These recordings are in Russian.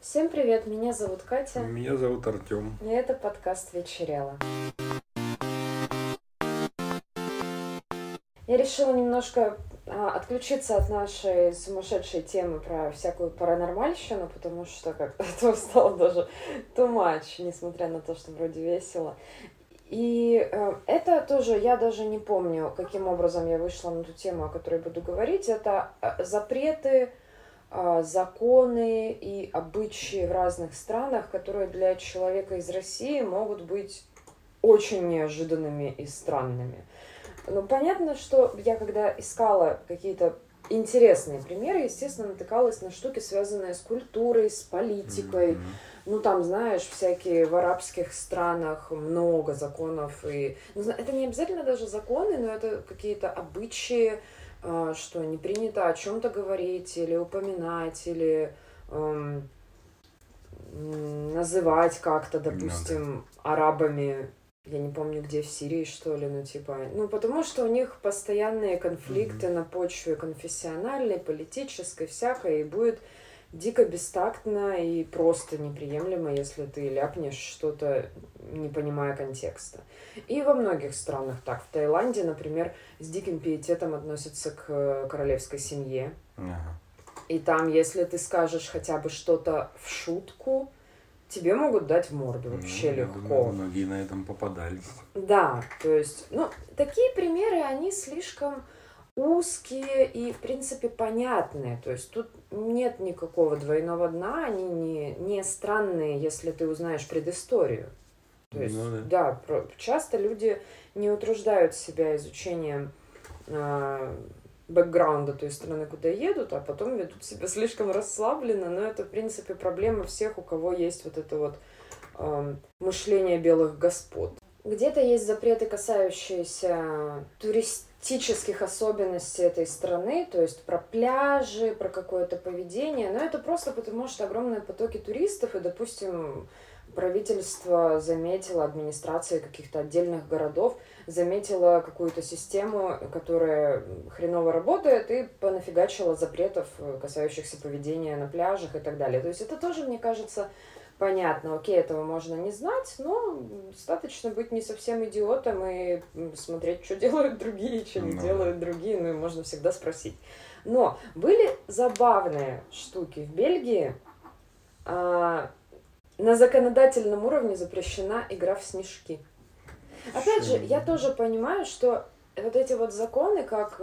Всем привет, меня зовут Катя, Меня зовут Артем. и это подкаст «Вечерело». Я решила немножко отключиться от нашей сумасшедшей темы про всякую паранормальщину, потому что как-то этого стало даже too much, несмотря на то, что вроде весело. И это тоже, я даже не помню, каким образом я вышла на ту тему, о которой буду говорить. Это запреты, законы и обычаи в разных странах, которые для человека из России могут быть очень неожиданными и странными. Ну, понятно, что я когда искала какие-то интересные примеры, естественно, натыкалась на штуки, связанные с культурой, с политикой. Ну, там, знаешь, всякие в арабских странах много законов. И это не обязательно даже законы, но это какие-то обычаи, что не принято о чем-то говорить или упоминать, или называть как-то, допустим, арабами, я не помню где, в Сирии, что ли, потому что у них постоянные конфликты на почве конфессиональной, политической, всякой, и будет дико бестактно и просто неприемлемо, если ты ляпнешь что-то, не понимая контекста. И во многих странах так. В Таиланде, например, с диким пиететом относятся к королевской семье. И там, если ты скажешь хотя бы что-то в шутку, тебе могут дать в морду вообще легко. Думаю, многие на этом попадались. Да, то есть, такие примеры, они слишком узкие и, в принципе, понятные. То есть тут нет никакого двойного дна, они не странные, если ты узнаешь предысторию. То есть, часто люди не утруждают себя изучением бэкграунда той страны, куда едут, а потом ведут себя слишком расслабленно. Но это, в принципе, проблема всех, у кого есть вот это вот мышление белых господ. Где-то есть запреты, касающиеся туристических особенностей этой страны, то есть про пляжи, про какое-то поведение. Но это просто потому, что огромные потоки туристов, и, допустим, правительство заметило, администрация каких-то отдельных городов заметила какую-то систему, которая хреново работает, и понафигачила запретов, касающихся поведения на пляжах и так далее. То есть это тоже, мне кажется, понятно. Окей, этого можно не знать, но достаточно быть не совсем идиотом и смотреть, что делают другие, что не делают другие, и можно всегда спросить. Но были забавные штуки в Бельгии. На законодательном уровне запрещена игра в снежки. Опять же, я тоже понимаю, что вот эти вот законы, как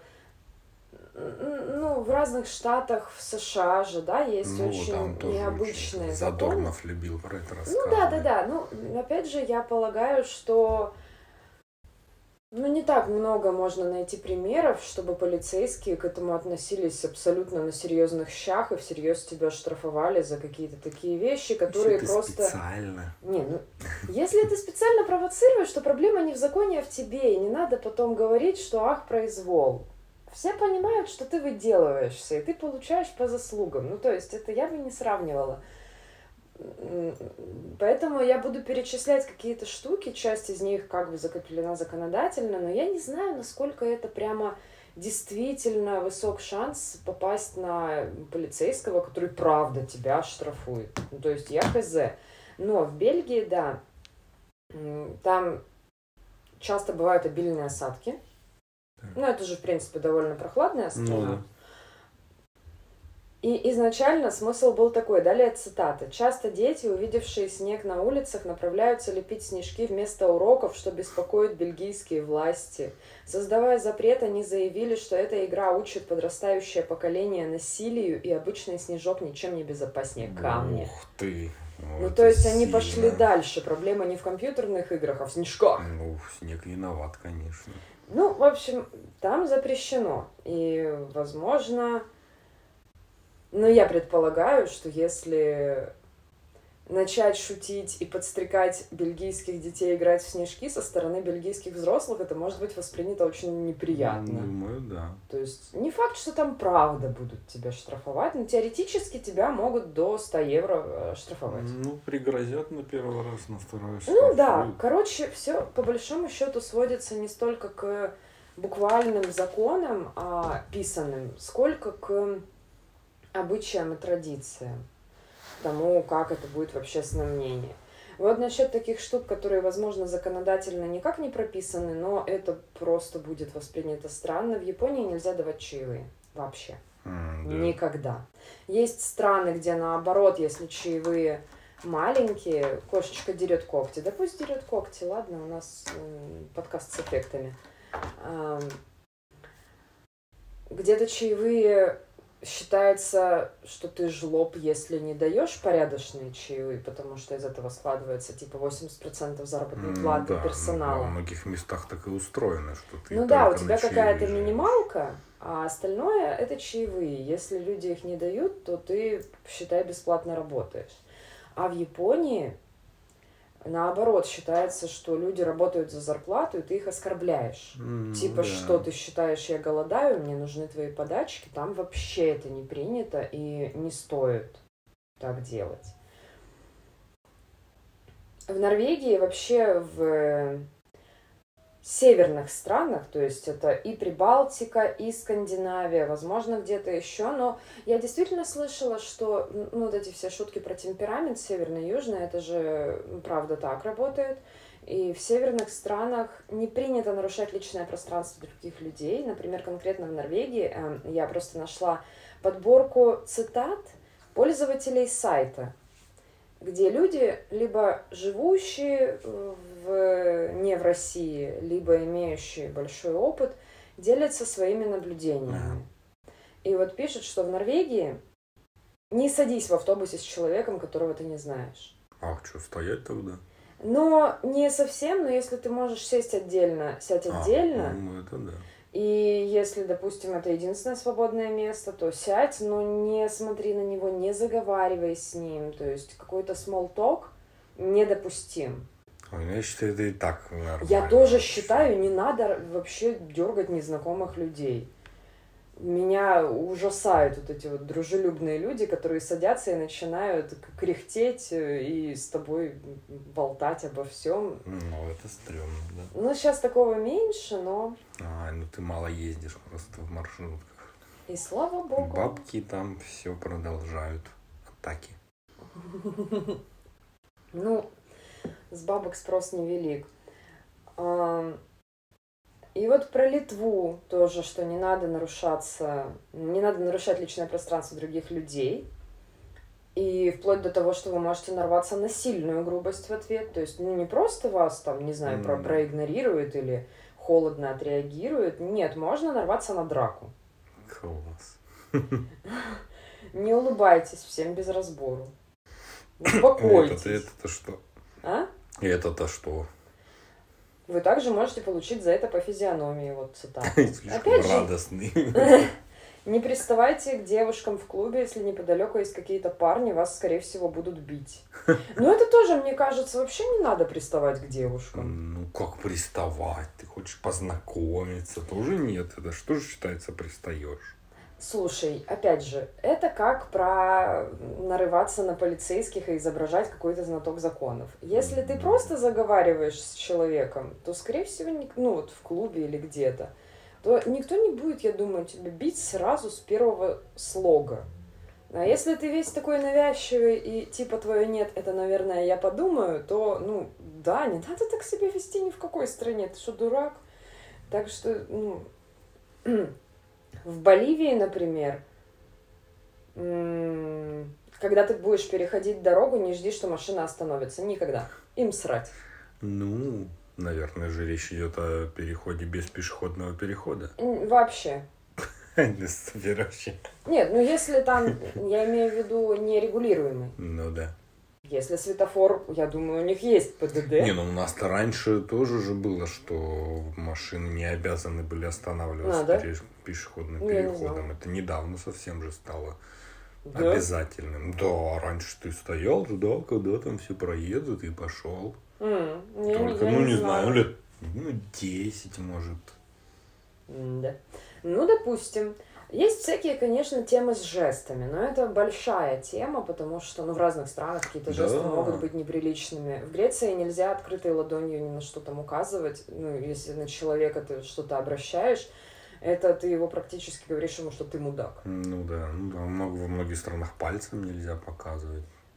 в разных штатах, в США же, да, есть очень необычные законы. Задорнов любил про это рассказывать. Да. Опять же, я полагаю, что не так много можно найти примеров, чтобы полицейские к этому относились абсолютно на серьезных щах и всерьез тебя штрафовали за какие-то такие вещи, которые если просто... специально. Если ты специально провоцируешь, то проблема не в законе, а в тебе, и не надо потом говорить, что произвол. Все понимают, что ты выделываешься, и ты получаешь по заслугам. То есть это я бы не сравнивала. Поэтому я буду перечислять какие-то штуки, часть из них как бы закреплена законодательно, но я не знаю, насколько это прямо действительно высок шанс попасть на полицейского, который правда тебя штрафует. То есть я хз. Но в Бельгии, да, там часто бывают обильные осадки. Это же, в принципе, довольно прохладная страна. И изначально смысл был такой, далее цитата. «Часто дети, увидевшие снег на улицах, направляются лепить снежки вместо уроков, что беспокоит бельгийские власти. Создавая запрет, они заявили, что эта игра учит подрастающее поколение насилию, и обычный снежок ничем не безопаснее камня». Ух ты! То есть они пошли дальше. Проблема не в компьютерных играх, а в снежках. Снег виноват, конечно. В общем, там запрещено. И, возможно... я предполагаю, что если начать шутить и подстрекать бельгийских детей играть в снежки со стороны бельгийских взрослых, это может быть воспринято очень неприятно. Думаю, да. То есть не факт, что там правда будут тебя штрафовать, но теоретически тебя могут до 100 евро штрафовать. Пригрозят на первый раз, на второй раз. Да. Короче, все по большому счету сводится не столько к буквальным законам, писанным, сколько к обычаям и традициям. тому, как это будет в общественном мнении. Вот насчет таких штук, которые, возможно, законодательно никак не прописаны, но это просто будет воспринято странно. В Японии нельзя давать чаевые вообще. Да. Никогда. Есть страны, где наоборот, если чаевые маленькие, кошечка дерет когти. Да пусть дерет когти, ладно, у нас подкаст с эффектами. Где-то чаевые считается, что ты жлоб, если не даешь порядочные чаевые, потому что из этого складывается типа 80% заработной платы персонала. Во многих местах так и устроено, что ты у тебя какая-то минималка, а остальное это чаевые. Если люди их не дают, то ты, считай, бесплатно работаешь. А в Японии наоборот считается, что люди работают за зарплату, и ты их оскорбляешь. Что ты считаешь, я голодаю, мне нужны твои подачки. Там вообще это не принято и не стоит так делать. В Норвегии вообще в северных странах, то есть это и Прибалтика, и Скандинавия, возможно, где-то еще, но я действительно слышала, что вот эти все шутки про темперамент северно-южный, это же правда так работает, и в северных странах не принято нарушать личное пространство других людей, например, конкретно в Норвегии я просто нашла подборку цитат пользователей сайта, где люди, либо живущие не в России, либо имеющие большой опыт, делятся своими наблюдениями. И вот пишут, что в Норвегии не садись в автобусе с человеком, которого ты не знаешь. А что, стоять тогда? Но не совсем, но если ты можешь сесть отдельно, сядь отдельно. Это да. И если, допустим, это единственное свободное место, то сядь, но не смотри на него, не заговаривай с ним. То есть какой-то small talk недопустим. Я считаю, это и так нормально. Я тоже считаю, не надо вообще дергать незнакомых людей. Меня ужасают вот эти вот дружелюбные люди, которые садятся и начинают кряхтеть и с тобой болтать обо всем. Ну, это стрёмно, да. Сейчас такого меньше, но... ты мало ездишь просто в маршрутках. И слава богу. Бабки там все продолжают атаки. С бабок спрос невелик. И вот про Литву тоже, что не надо нарушать личное пространство других людей. И вплоть до того, что вы можете нарваться на сильную грубость в ответ. То есть, не просто вас там, не знаю, проигнорируют или холодно отреагируют. Нет, можно нарваться на драку. Класс. Не улыбайтесь всем без разбору. Успокойтесь. Это-то что? А? Это-то что? Вы также можете получить за это по физиономии, вот цитата. Слишком радостный. Не приставайте к девушкам в клубе, если неподалеку есть какие-то парни, вас, скорее всего, будут бить. Это тоже, мне кажется, вообще не надо приставать к девушкам. Как приставать? Ты хочешь познакомиться? Тоже нет. Это что же считается пристаешь? Слушай, опять же, это как про нарываться на полицейских и изображать какой-то знаток законов. Если ты просто заговариваешь с человеком, то, скорее всего, в клубе или где-то, то никто не будет, я думаю, тебя бить сразу с первого слога. А если ты весь такой навязчивый и типа твое «нет», это, наверное, я подумаю, то, не надо так себя вести ни в какой стране. Ты что, дурак? Так что, в Боливии, например, когда ты будешь переходить дорогу, не жди, что машина остановится. Никогда. Им срать. Наверное же речь идет о переходе без пешеходного перехода. Вообще. Вообще. Нет, если там, я имею в виду, нерегулируемый. Да. Если светофор, я думаю, у них есть ПДД. У нас-то раньше тоже же было, что машины не обязаны были останавливаться перед пешеходным переходом. Это недавно совсем же стало обязательным. Да, раньше ты стоял, ждал, когда там все проедут, и пошел. Только, не знаю, лет 10, может. Да. Допустим. Есть всякие, конечно, темы с жестами, но это большая тема, потому что в разных странах какие-то жесты могут быть неприличными. В Греции нельзя открытой ладонью ни на что там указывать. Если на человека ты что-то обращаешь, это ты его практически говоришь ему, что ты мудак. Во многих странах пальцем нельзя показывать.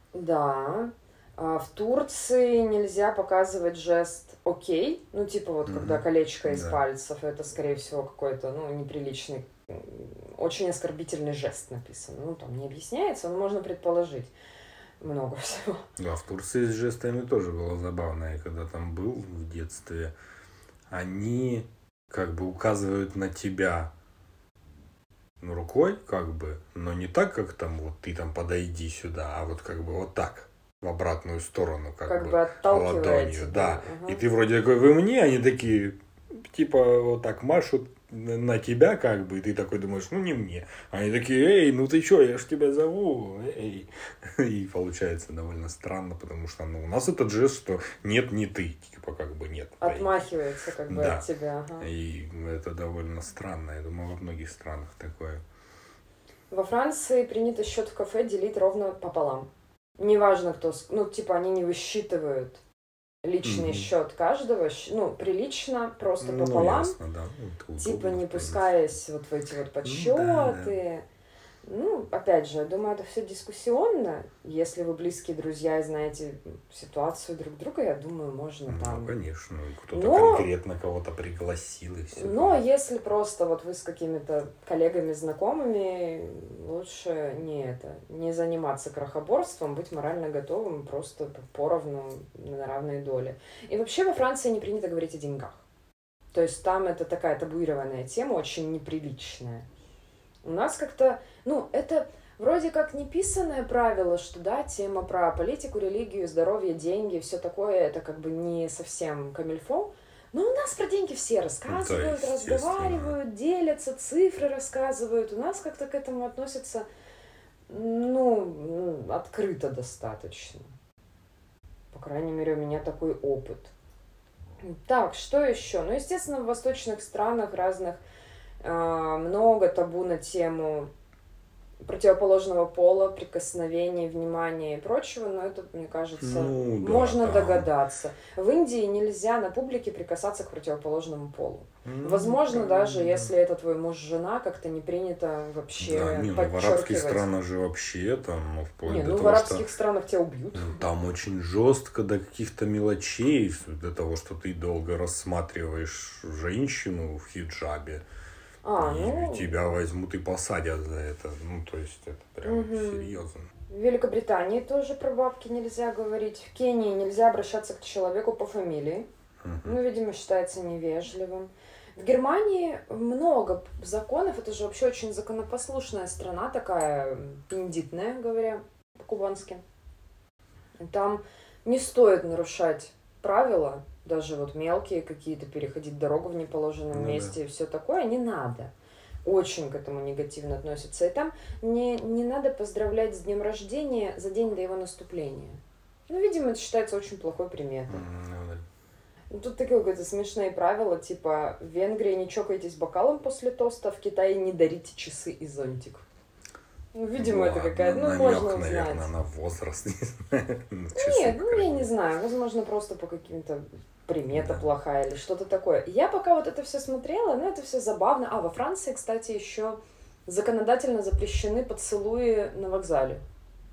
Да. В Турции нельзя показывать жест «окей», ну, типа вот, когда колечко из пальцев, это, скорее всего, какой-то, ну, неприличный, очень оскорбительный жест написан. Ну, там не объясняется, но можно предположить много всего. Да, в Турции с жестами тоже было забавно. Я когда там был в детстве, они как бы указывают на тебя рукой, как бы, но не так, как там вот ты там подойди сюда, а вот как бы вот так. В обратную сторону, как бы ладонью, да. И ты вроде такой, вы мне, они такие, типа, вот так машут на тебя, как бы, и ты такой думаешь, ну не мне. Они такие, эй, ну ты чё, я ж тебя зову, эй. И получается довольно странно, потому что, ну, у нас этот жест, что нет, не ты, типа, как бы нет. Отмахивается, как бы, от тебя. Ага. И это довольно странно, я думаю, во многих странах такое. Во Франции принято счет в кафе делить ровно пополам. Неважно, кто... Ну, типа, они не высчитывают личный счет каждого. Ну, прилично, просто пополам. Ясно, да. Ну, типа, не пускаясь вот в эти вот подсчеты. Ну, опять же, я думаю, это все дискуссионно. Если вы близкие друзья и знаете ситуацию друг друга, я думаю, можно там... Ну, конечно, кто-то конкретно кого-то пригласил и все. Но если просто вот вы с какими-то коллегами, знакомыми, лучше не заниматься крохоборством, быть морально готовым просто поровну на равной доле. И вообще во Франции не принято говорить о деньгах. То есть там это такая табуированная тема, очень неприличная. У нас как-то, ну, это вроде как неписанное правило, что, да, тема про политику, религию, здоровье, деньги, все такое, это как бы не совсем камильфо. Но у нас про деньги все рассказывают, разговаривают, делятся, цифры рассказывают. У нас как-то к этому относятся, ну, открыто достаточно. По крайней мере, у меня такой опыт. Так, что еще? Ну, естественно, в восточных странах разных много табу на тему противоположного пола, прикосновений, внимания и прочего, но это, мне кажется, можно догадаться. В Индии нельзя на публике прикасаться к противоположному полу. Возможно, даже если это твой муж, жена, как-то не принято вообще подчеркивать. В арабских странах же вообще там, вплоть до того, в арабских странах тебя убьют. Там очень жестко до каких-то мелочей, до того, что ты долго рассматриваешь женщину в хиджабе. И тебя возьмут и посадят за это. Ну, то есть, это прям серьезно. В Великобритании тоже про бабки нельзя говорить. В Кении нельзя обращаться к человеку по фамилии. Ну, видимо, считается невежливым. В Германии много законов. Это же вообще очень законопослушная страна, такая бендитная, говоря по-кубански. Там не стоит нарушать правила, даже вот мелкие какие-то, переходить дорогу в неположенном месте и все такое, не надо. Очень к этому негативно относятся. И там не надо поздравлять с днем рождения за день до его наступления. Ну, видимо, это считается очень плохой приметой. Тут такие какие-то смешные правила, типа в Венгрии не чокайтесь бокалом после тоста, в Китае не дарите часы и зонтик. Ну, видимо, это какая-то, ну, можно узнать. Наверное, на возраст, не знаю. Нет, я не знаю, возможно, просто по каким-то примета плохая или что-то такое. Я пока вот это все смотрела, ну, это все забавно. Во Франции, кстати, еще законодательно запрещены поцелуи на вокзале.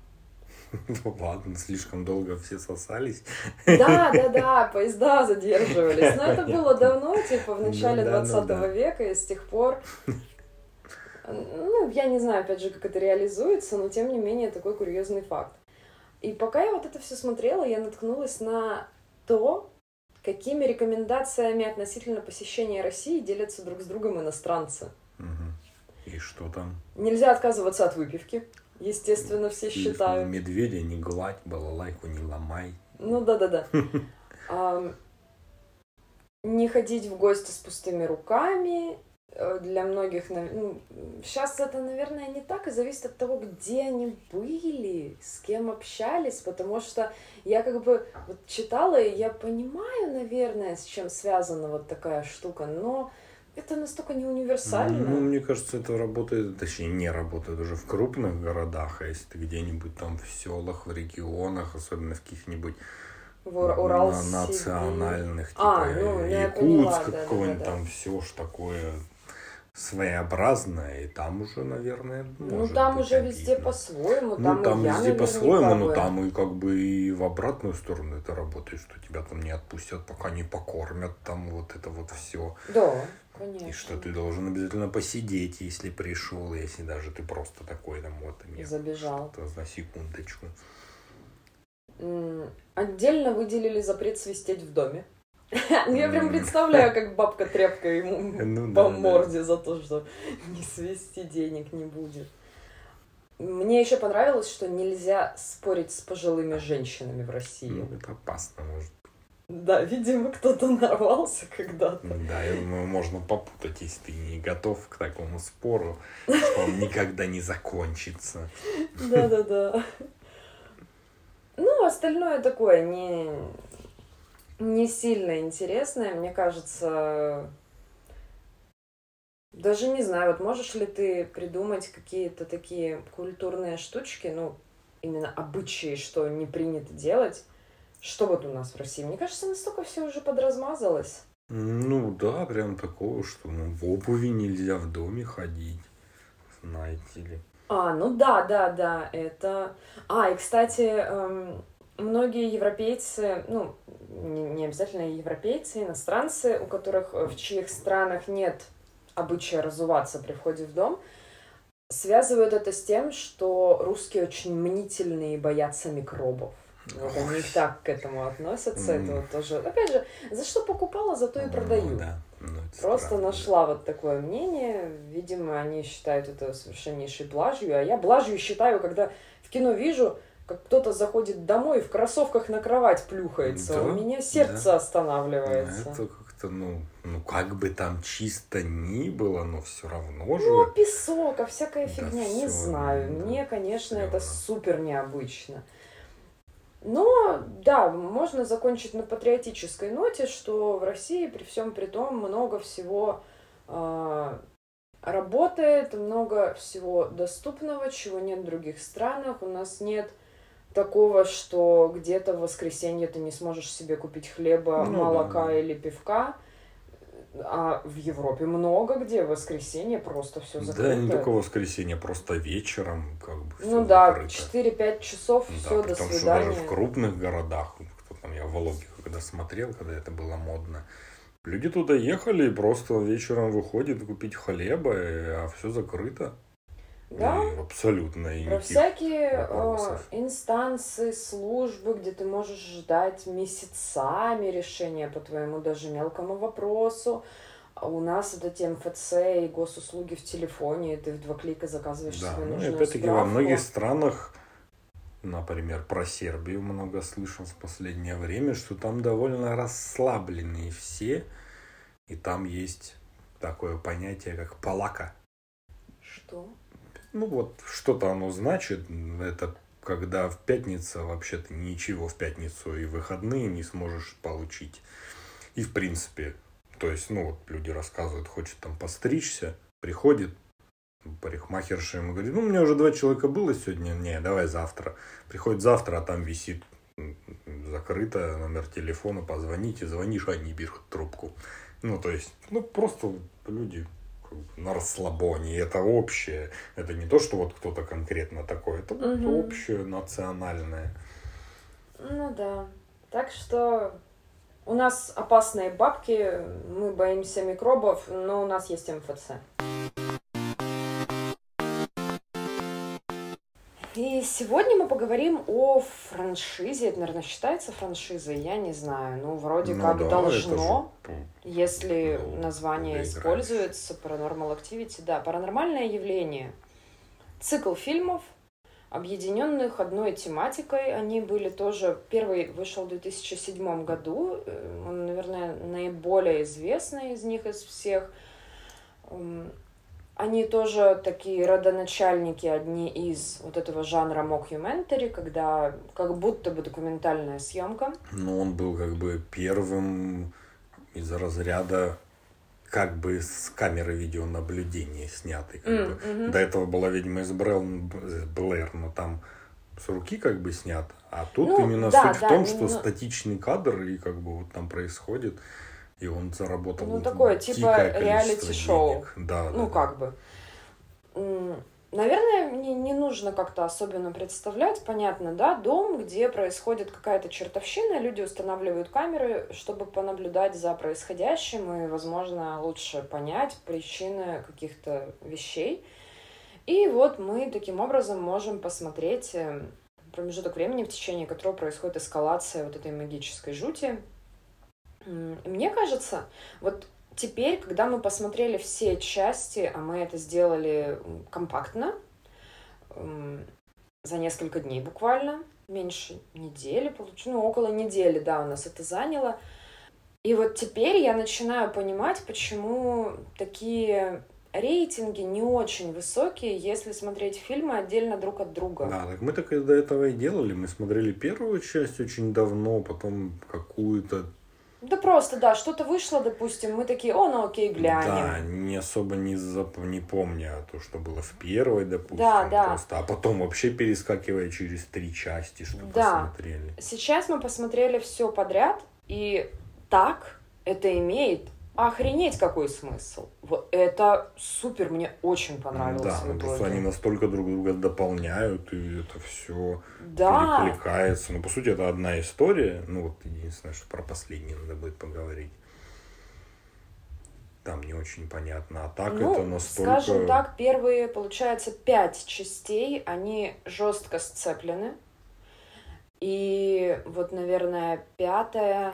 Ну ладно, слишком долго все сосались. Да, поезда задерживались. Но это было давно, типа в начале 20 века, и с тех пор... Ну, я не знаю, опять же, как это реализуется, но тем не менее такой курьезный факт. И пока я вот это все смотрела, я наткнулась на то, какими рекомендациями относительно посещения России делятся друг с другом иностранцы. И что там? Нельзя отказываться от выпивки. Естественно, все считают. Медведя не гладь, балалайку не ломай. Ну да. Не ходить в гости с пустыми руками. Для многих, ну, сейчас это, наверное, не так, и зависит от того, где они были, с кем общались, потому что я как бы вот читала, и я понимаю, наверное, с чем связана вот такая штука, но это настолько не универсально. Ну, мне кажется, это работает, точнее, не работает уже в крупных городах, а если ты где-нибудь там в селах, в регионах, особенно в каких-нибудь национальных, типа Якутск какой-нибудь, там все ж такое своеобразное, и там уже, наверное, может там быть уже обидно. Везде по-своему, там везде по-своему, но там и как бы и в обратную сторону это работает, что тебя там не отпустят, пока не покормят, там вот это вот все. Да, конечно. И что ты должен обязательно посидеть, если пришел, если даже ты просто такой там вот забежал. На секундочку. Отдельно выделили запрет свистеть в доме. Ну, я прям представляю, как бабка тряпка ему по морде за то, что не свести денег не будет. Мне еще понравилось, что нельзя спорить с пожилыми женщинами в России. Ну, это опасно, может. Да, видимо, кто-то нарвался когда-то. Да, я думаю, можно попутать, если ты не готов к такому спору, что он никогда не закончится. Да. Ну, остальное такое не сильно интересное, мне кажется. Даже не знаю, вот можешь ли ты придумать какие-то такие культурные штучки, ну, именно обычаи, что не принято делать, что вот у нас в России? Мне кажется, настолько все уже подразмазалось. Ну да, прям такого, что в обуви нельзя в доме ходить, знаете ли. Ну да, это... и, кстати, многие европейцы, ну, не обязательно европейцы, иностранцы, у которых, в чьих странах нет обычая разуваться при входе в дом, связывают это с тем, что русские очень мнительные и боятся микробов. Вот они так к этому относятся. Это вот тоже, опять же, за что покупала, зато и продаю. Да. Просто правда, нашла вот такое мнение. Видимо, они считают это совершеннейшей блажью. А я блажью считаю, когда в кино вижу, как кто-то заходит домой и в кроссовках на кровать плюхается. Да, у меня сердце останавливается. Это как-то, как бы там чисто ни было, но все равно же. Ну, песок, всякая фигня, не знаю. Мне, конечно, это супер необычно. Но, да, можно закончить на патриотической ноте, что в России при всем при том много всего работает, много всего доступного, чего нет в других странах. У нас нет такого, что где-то в воскресенье ты не сможешь себе купить хлеба, молока или пивка. А в Европе много где в воскресенье просто все закрыто. Да, не только в воскресенье, просто вечером как бы все закрыто. 4-5 часов, все, до свидания. Потому что даже в крупных городах, я в Вологде когда смотрел, когда это было модно, люди туда ехали и просто вечером выходят купить хлеба, а все закрыто. Да, и абсолютно. Про всякие инстанции, службы, где ты можешь ждать месяцами решения по твоему даже мелкому вопросу. У нас вот эти МФЦ и госуслуги в телефоне, и ты в 2 клика заказываешь свою нужную справку. Опять-таки во многих странах, например, про Сербию много слышал в последнее время, что там довольно расслабленные все, и там есть такое понятие, как палака. Что? Что-то оно значит. Это когда в пятницу вообще-то ничего в пятницу и выходные не сможешь получить. И в принципе, то есть, люди рассказывают, хочет там постричься, приходит парикмахерша ему говорит, у меня уже 2 человека было сегодня, не, давай завтра. Приходит завтра, а там висит закрыто номер телефона, позвоните, звонишь, а они берут трубку. То есть, просто люди на расслабоне, это общее, это не то, что кто-то конкретно такой, это общее, национальное. Да, так что у нас опасные бабки, мы боимся микробов, но у нас есть МФЦ. И сегодня мы поговорим о франшизе. Это, наверное, считается франшизой? Я не знаю. Вроде как да, должно, если название используется. Paranormal Activity. Да, паранормальное явление. Цикл фильмов, объединенных одной тематикой. Они были тоже... Первый вышел в 2007 году. Он, наверное, наиболее известный из них, из всех. Они тоже такие родоначальники, одни из вот этого жанра mockumentary, когда как будто бы документальная съемка. Он был как бы первым из разряда как бы с камеры видеонаблюдения снятый. До этого была «Ведьма из Блэр», но там с руки как бы снят. А тут именно суть в том, что статичный кадр и как бы там происходит. И он заработал ну, такое, типа реалити-шоу. Да, ну, да, как бы. Наверное, мне не нужно как-то особенно представлять, понятно, да, дом, где происходит какая-то чертовщина, люди устанавливают камеры, чтобы понаблюдать за происходящим и, возможно, лучше понять причины каких-то вещей. И вот мы таким образом можем посмотреть промежуток времени, в течение которого происходит эскалация вот этой магической жути. Мне кажется, вот теперь, когда мы посмотрели все части, а мы это сделали компактно, за несколько дней буквально, меньше недели, ну, около недели, да, у нас это заняло. И вот теперь я начинаю понимать, почему такие рейтинги не очень высокие, если смотреть фильмы отдельно друг от друга. Да, так мы так и до этого и делали. Мы смотрели первую часть очень давно, потом какую-то. Да просто, да, что-то вышло, допустим, мы такие, о, ну окей, глянем. Да, не особо не помня то, что было в первой, допустим. Да, да. Просто, а потом вообще перескакивая через 3 части, что посмотрели. Сейчас мы посмотрели все подряд, и так это имеет охренеть какой смысл. Вот это супер, мне очень понравилось. Да, ну просто они настолько друг друга дополняют, и это все перекликается. Ну, по сути, это одна история. Ну, вот единственное, что про последнюю надо будет поговорить. Там не очень понятно. А так это настолько... Скажем так, первые, получается, 5 частей, они жестко сцеплены. И вот, наверное, 5-я...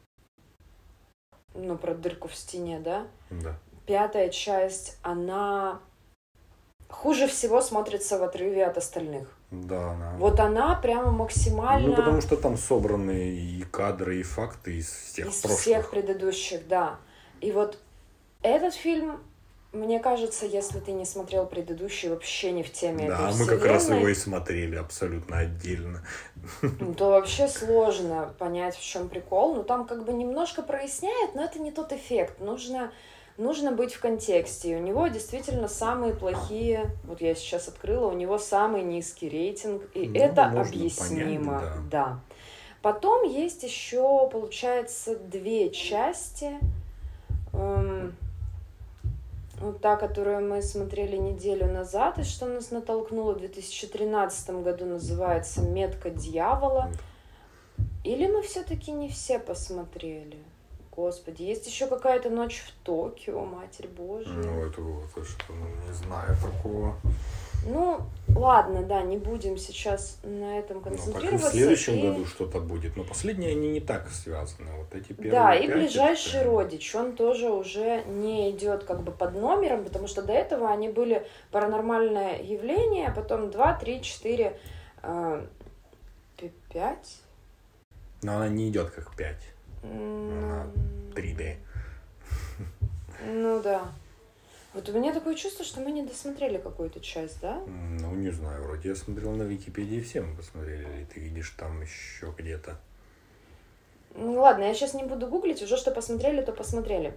Ну, про дырку в стене, да? Да. 5-я часть, она хуже всего смотрится в отрыве от остальных. Да, она. Вот она прямо максимально... Ну, потому что там собраны и кадры, и факты из всех прошлых. Из всех предыдущих, да. И вот этот фильм, мне кажется, если ты не смотрел предыдущий, вообще не в теме этой вселенной. Да, мы как раз его и смотрели абсолютно отдельно. То вообще сложно понять, в чем прикол. Ну, там как бы немножко проясняет, но это не тот эффект. Нужно быть в контексте. И у него действительно самые плохие... Вот я сейчас открыла, у него самый низкий рейтинг. И это объяснимо. Понять, да. Потом есть еще, получается, 2 части. Вот та, которую мы смотрели неделю назад, и что нас натолкнуло в 2013 году, называется «Метка дьявола». Или мы все-таки не все посмотрели? Господи, есть еще какая-то «Ночь в Токио», Матерь Божья. Ну, это что, не знаю такого. Ну, ладно, да, не будем сейчас на этом концентрироваться. Ну, так и в следующем году что-то будет. Но последние они не так связаны. Вот эти первые да, и «Ближайший родич», он тоже уже не идет как бы под номером, потому что до этого они были «Паранормальное явление», а потом 2, 3, 4, 5. Но она не идет как 5. Она 3D. Ну да. Вот у меня такое чувство, что мы не досмотрели какую-то часть, да? Ну, не знаю, вроде я смотрел на Википедии, все мы посмотрели, или ты видишь там еще где-то. Ну ладно, я сейчас не буду гуглить, уже что посмотрели, то посмотрели.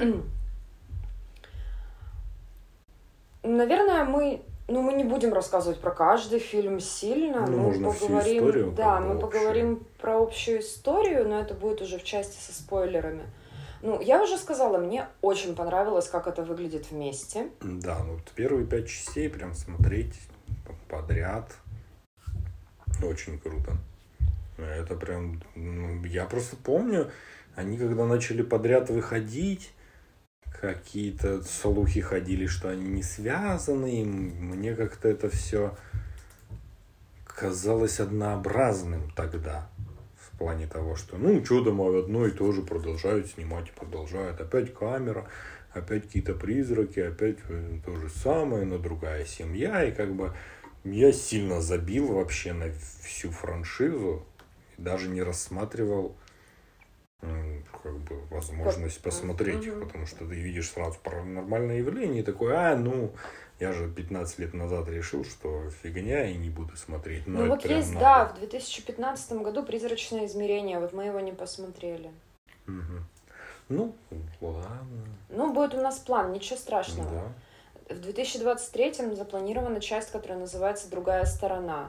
Наверное, мы не будем рассказывать про каждый фильм сильно. Ну, можно поговорим, всю историю. Да, мы поговорим про общую историю, но это будет уже в части со спойлерами. Ну, я уже сказала, мне очень понравилось, как это выглядит вместе. Да, ну вот первые 5 частей прям смотреть подряд очень круто. Это прям, я просто помню, они когда начали подряд выходить, какие-то слухи ходили, что они не связаны, мне как-то это все казалось однообразным тогда. В плане того, что, что-то одно и то же продолжают снимать и продолжают. Опять камера, опять какие-то призраки, опять то же самое, но другая семья. И как бы я сильно забил вообще на всю франшизу. И даже не рассматривал как бы возможность посмотреть их, потому что ты видишь сразу паранормальное явление и такой, я же 15 лет назад решил, что фигня, и не буду смотреть. Но вот есть, надо. Да, в 2015 году «Призрачное измерение», вот мы его не посмотрели. Угу. Ну, ладно. Будет у нас план, ничего страшного. Да. В 2023 запланирована часть, которая называется «Другая сторона».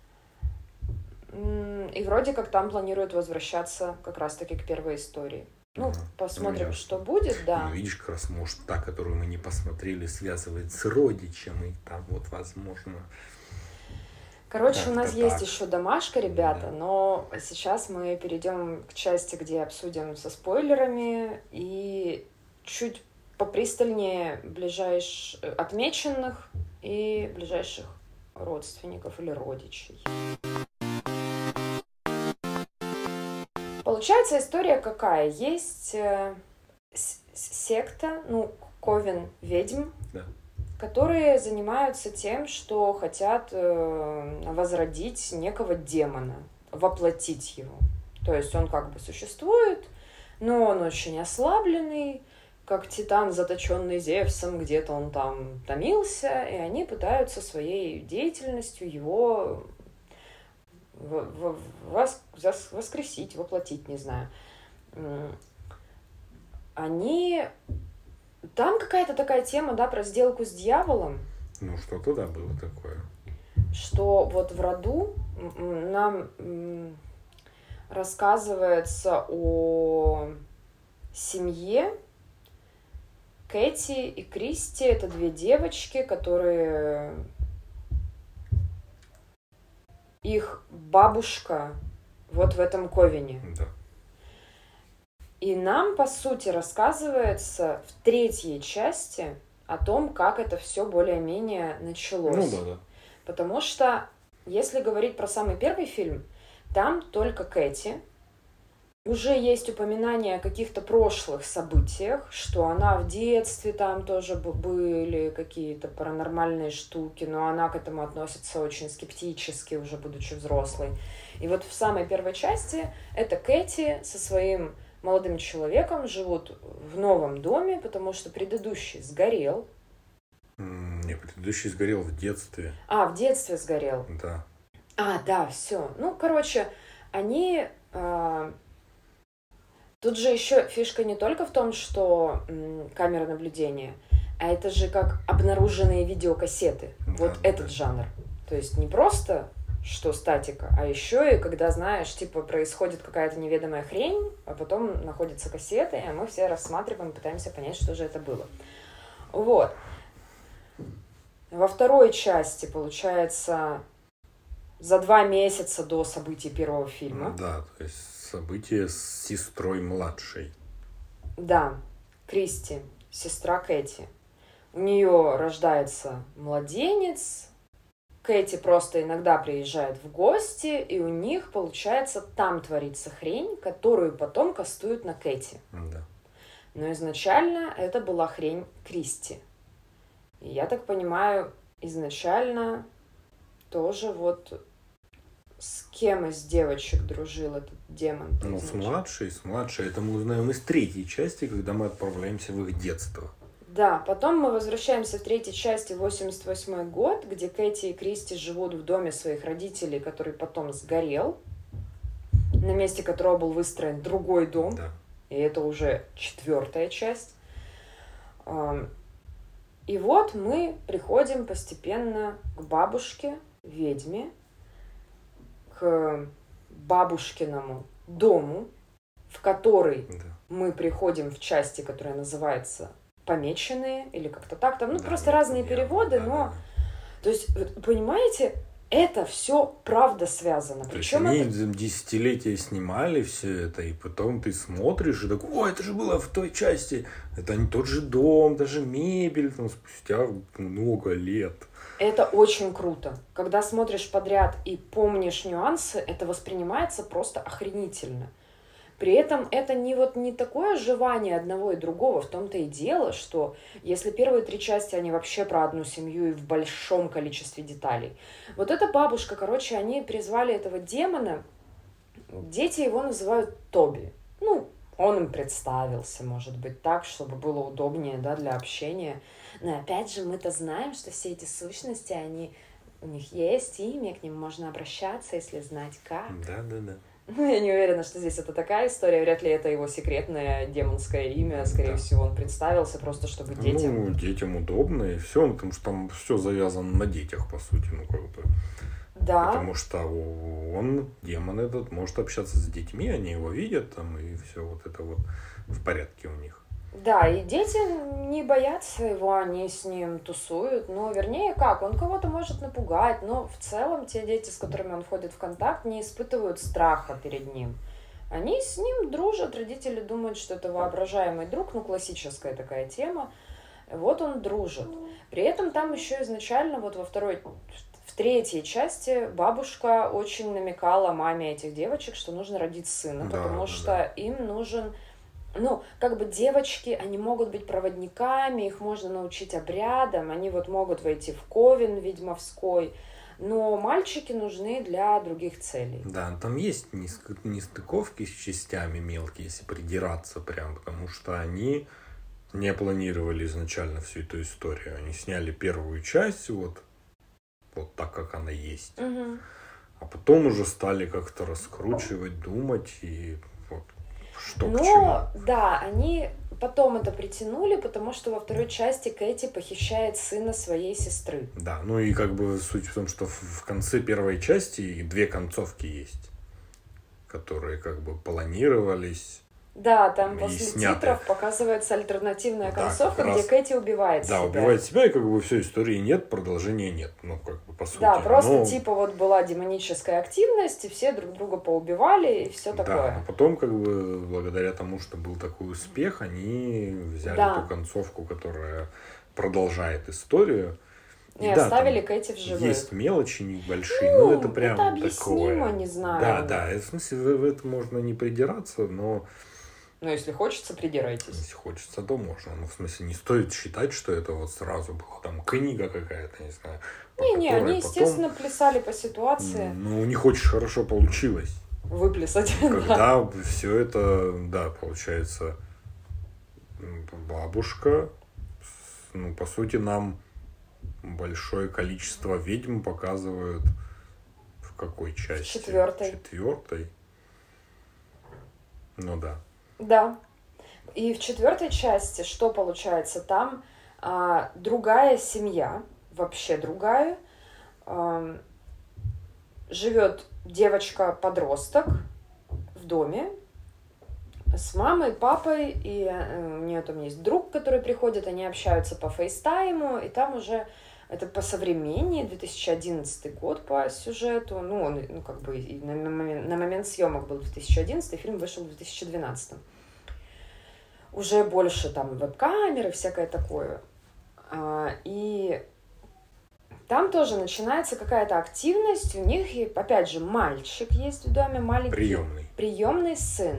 И вроде как там планируют возвращаться как раз-таки к первой истории. Ну, посмотрим, что будет, да. Ну, видишь, как раз, может, та, которую мы не посмотрели, связывает с родичем, и там вот, возможно... Короче, у нас есть еще домашка, ребята, но сейчас мы перейдем к части, где обсудим со спойлерами и чуть попристальнее отмеченных и ближайших родственников или родичей. Получается, история какая? Есть секта, ковен ведьм, которые занимаются тем, что хотят возродить некого демона, воплотить его. То есть он как бы существует, но он очень ослабленный, как титан, заточенный Зевсом, где-то он там томился, и они пытаются своей деятельностью его воскресить, воплотить, не знаю. Там какая-то такая тема, да, про сделку с дьяволом. Ну, что-то, да, было такое. Что вот в роду нам рассказывается о семье Кэти и Кристи. Это две девочки, которые... Их бабушка вот в этом ковене. Да. И нам, по сути, рассказывается в третьей части о том, как это все более-менее началось. Да. Потому что, если говорить про самый первый фильм, там только Кэти. Уже есть упоминания о каких-то прошлых событиях, что она в детстве там тоже были какие-то паранормальные штуки, но она к этому относится очень скептически, уже будучи взрослой. И вот в самой первой части это Кэти со своим молодым человеком живут в новом доме, потому что предыдущий сгорел. Не, предыдущий сгорел в детстве. В детстве сгорел. Да. Да, все. Они... Тут же еще фишка не только в том, что камера наблюдения, а это же как обнаруженные видеокассеты. Да, вот этот жанр. То есть не просто что статика, а еще и когда, знаешь, типа происходит какая-то неведомая хрень, а потом находятся кассеты, и мы все рассматриваем, пытаемся понять, что же это было. Вот. Во второй части, получается, за 2 месяца до событий первого фильма. Да, то есть события с сестрой младшей. Да, Кристи, сестра Кэти. У нее рождается младенец. Кэти просто иногда приезжает в гости, и у них, получается, там творится хрень, которую потом кастуют на Кэти. Да. Но изначально это была хрень Кристи. И я так понимаю, изначально тоже вот с кем из девочек дружил этот демон? С младшей. Это мы узнаем из третьей части, когда мы отправляемся в их детство. Да, потом мы возвращаемся в третьей части, 88 год, где Кэти и Кристи живут в доме своих родителей, который потом сгорел, на месте которого был выстроен другой дом. Да. И это уже 4-я часть. И вот мы приходим постепенно к бабушке, ведьме, к бабушкиному дому, в который мы приходим в части, которая называется «Помеченные» или как-то так. Там просто разные переводы, но... То есть, понимаете, это все правда связано. Причем они десятилетия снимали все это, и потом ты смотришь и такой: это же было в той части. Это не тот же дом, даже мебель, там спустя много лет. Это очень круто. Когда смотришь подряд и помнишь нюансы, это воспринимается просто охренительно. При этом это не такое жевание одного и другого. В том-то и дело, что если первые 3 части, они вообще про одну семью и в большом количестве деталей. Вот эта бабушка, они призвали этого демона. Дети его называют Тоби. Он им представился, может быть, так, чтобы было удобнее, да, для общения. Но опять же, мы-то знаем, что все эти сущности, у них есть имя, к ним можно обращаться, если знать как. Да. Я не уверена, что здесь это такая история. Вряд ли это его секретное демонское имя. Скорее всего, он представился просто, чтобы детям... детям удобно и все, потому что там все завязано на детях, по сути, Да. Потому что он, демон этот, может общаться с детьми, они его видят, там, и все вот это вот в порядке у них. Да, и дети не боятся его, они с ним тусуют, но вернее как, он кого-то может напугать, но в целом те дети, с которыми он входит в контакт, не испытывают страха перед ним. Они с ним дружат, родители думают, что это воображаемый друг, ну классическая такая тема, вот он дружит. При этом там еще изначально, вот в третьей части бабушка очень намекала маме этих девочек, что нужно родить сына, потому что им нужен... Ну, как бы девочки, они могут быть проводниками, их можно научить обрядам, они вот могут войти в ковен ведьмовской, но мальчики нужны для других целей. Да, там есть нестыковки с частями мелкие, если придираться прям, потому что они не планировали изначально всю эту историю. Они сняли первую часть вот так, как она есть, а потом уже стали как-то раскручивать, думать и... Что к чему? Да, они потом это притянули, потому что во второй части Кэти похищает сына своей сестры. Да, ну и как бы суть в том, что в конце первой части 2 концовки есть, которые как бы планировались. Да, там после титров показывается альтернативная концовка, где Кэти убивает себя. Да, убивает себя, и как бы все, истории нет, продолжения нет. Ну, как бы по сути. Да, просто типа вот была демоническая активность, и все друг друга поубивали, и все такое. Да, но потом, как бы, благодаря тому, что был такой успех, они взяли ту концовку, которая продолжает историю. И оставили Кэти в живых. Есть мелочи небольшие, но это прям это объяснимо, такое. Не знаю. Да, в смысле, в это можно не придираться, но... Ну, если хочется, придирайтесь. Если хочется, то можно. Ну, в смысле, не стоит считать, что это вот сразу была там книга какая-то, не знаю. Не, они, естественно, плясали по ситуации. Ну, у них очень хорошо получилось. Выплясать. Когда все это, да, получается, бабушка, ну, по сути, нам большое количество ведьм показывают в какой части? В 4-й. 4-й? Ну, да. Да. И в 4-й части что получается? Там другая семья, вообще другая. Живет девочка-подросток в доме с мамой, папой, и у нее там есть друг, который приходит, они общаются по фейстайму, и там уже это по современнее, 2011 год по сюжету, как бы на момент съемок был 2011, фильм вышел в 2012. Уже больше там веб-камеры, всякое такое. И там тоже начинается какая-то активность, у них, опять же, мальчик есть в доме, маленький приемный сын.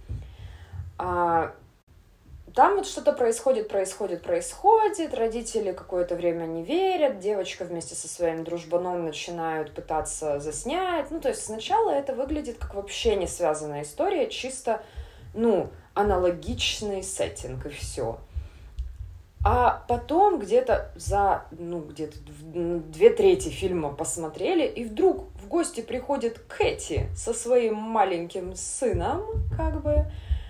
Там вот что-то происходит, родители какое-то время не верят, девочка вместе со своим дружбаном начинают пытаться заснять. Ну, то есть сначала это выглядит как вообще не связанная история, чисто, аналогичный сеттинг и все. А потом где-то за, где-то 2/3 фильма посмотрели, и вдруг в гости приходит Кэти со своим маленьким сыном, как бы,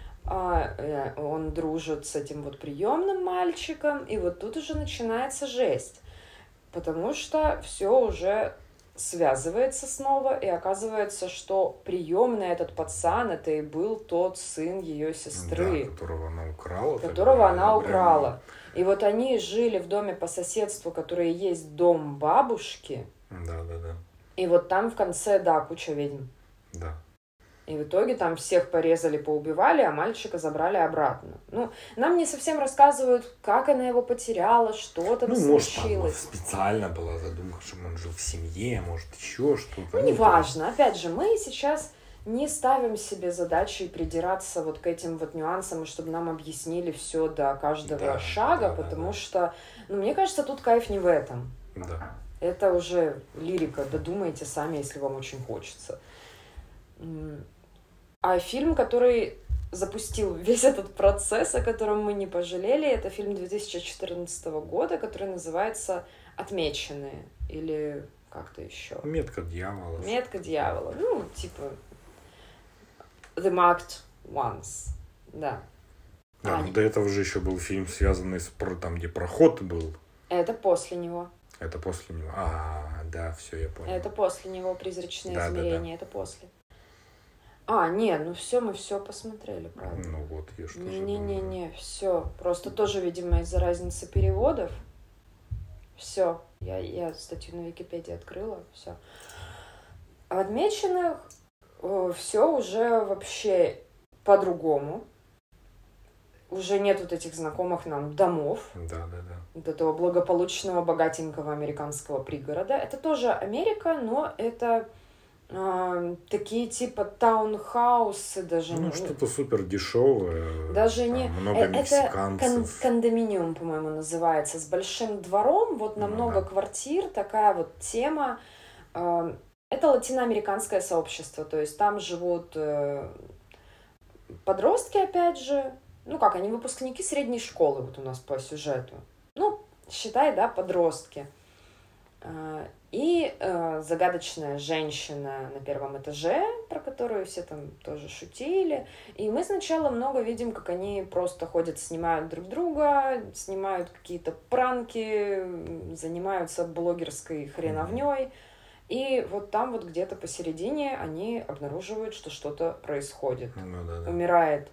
он дружит с этим вот приемным мальчиком, и вот тут уже начинается жесть, потому что все уже связывается снова, и оказывается, что приемный этот пацан, это и был тот сын ее сестры, да, которого она украла. И вот они жили в доме по соседству, который есть дом бабушки. Да. И вот там в конце, куча ведьм. Да. И в итоге там всех порезали, поубивали, а мальчика забрали обратно. Нам не совсем рассказывают, как она его потеряла, что там случилось. Может, специально была задумка, чтобы он жил в семье, может, еще что-то. Неважно. Опять же, мы сейчас не ставим себе задачи придираться вот к этим вот нюансам, чтобы нам объяснили все до каждого шага, потому что, мне кажется, тут кайф не в этом. Да. Это уже лирика, додумайте сами, если вам очень хочется. А фильм, который запустил весь этот процесс, о котором мы не пожалели, это фильм 2014 года, который называется «Отмеченные» или как-то еще. «Метка дьявола». «Метка дьявола». Типа «The Marked Ones». Да. До этого же еще был фильм, связанный с там, где проход был. Это после него. Это после него. Да, все, я понял. Это после него «Призрачное измерение», это после. Нет, мы все посмотрели, правда. Ну вот, я что же Не, все. Просто тоже, видимо, из-за разницы переводов. Все. Я статью на Википедии открыла, все. А в отмеченных все уже вообще по-другому. Уже нет вот этих знакомых нам домов. Да. Вот этого благополучного, богатенького американского пригорода. Это тоже Америка, но это такие типа таунхаусы даже. Что-то супер дешевое. Даже не... Много мексиканцев. Это кондоминиум, по-моему, называется. С большим двором, вот на много квартир. Такая вот тема. Это латиноамериканское сообщество. То есть там живут подростки, опять же. Они выпускники средней школы вот у нас по сюжету. Считай, подростки. И загадочная женщина на первом этаже, про которую все там тоже шутили. И мы сначала много видим, как они просто ходят, снимают друг друга, снимают какие-то пранки, занимаются блогерской хреновней. И вот там вот где-то посередине они обнаруживают, что что-то происходит. Умирает...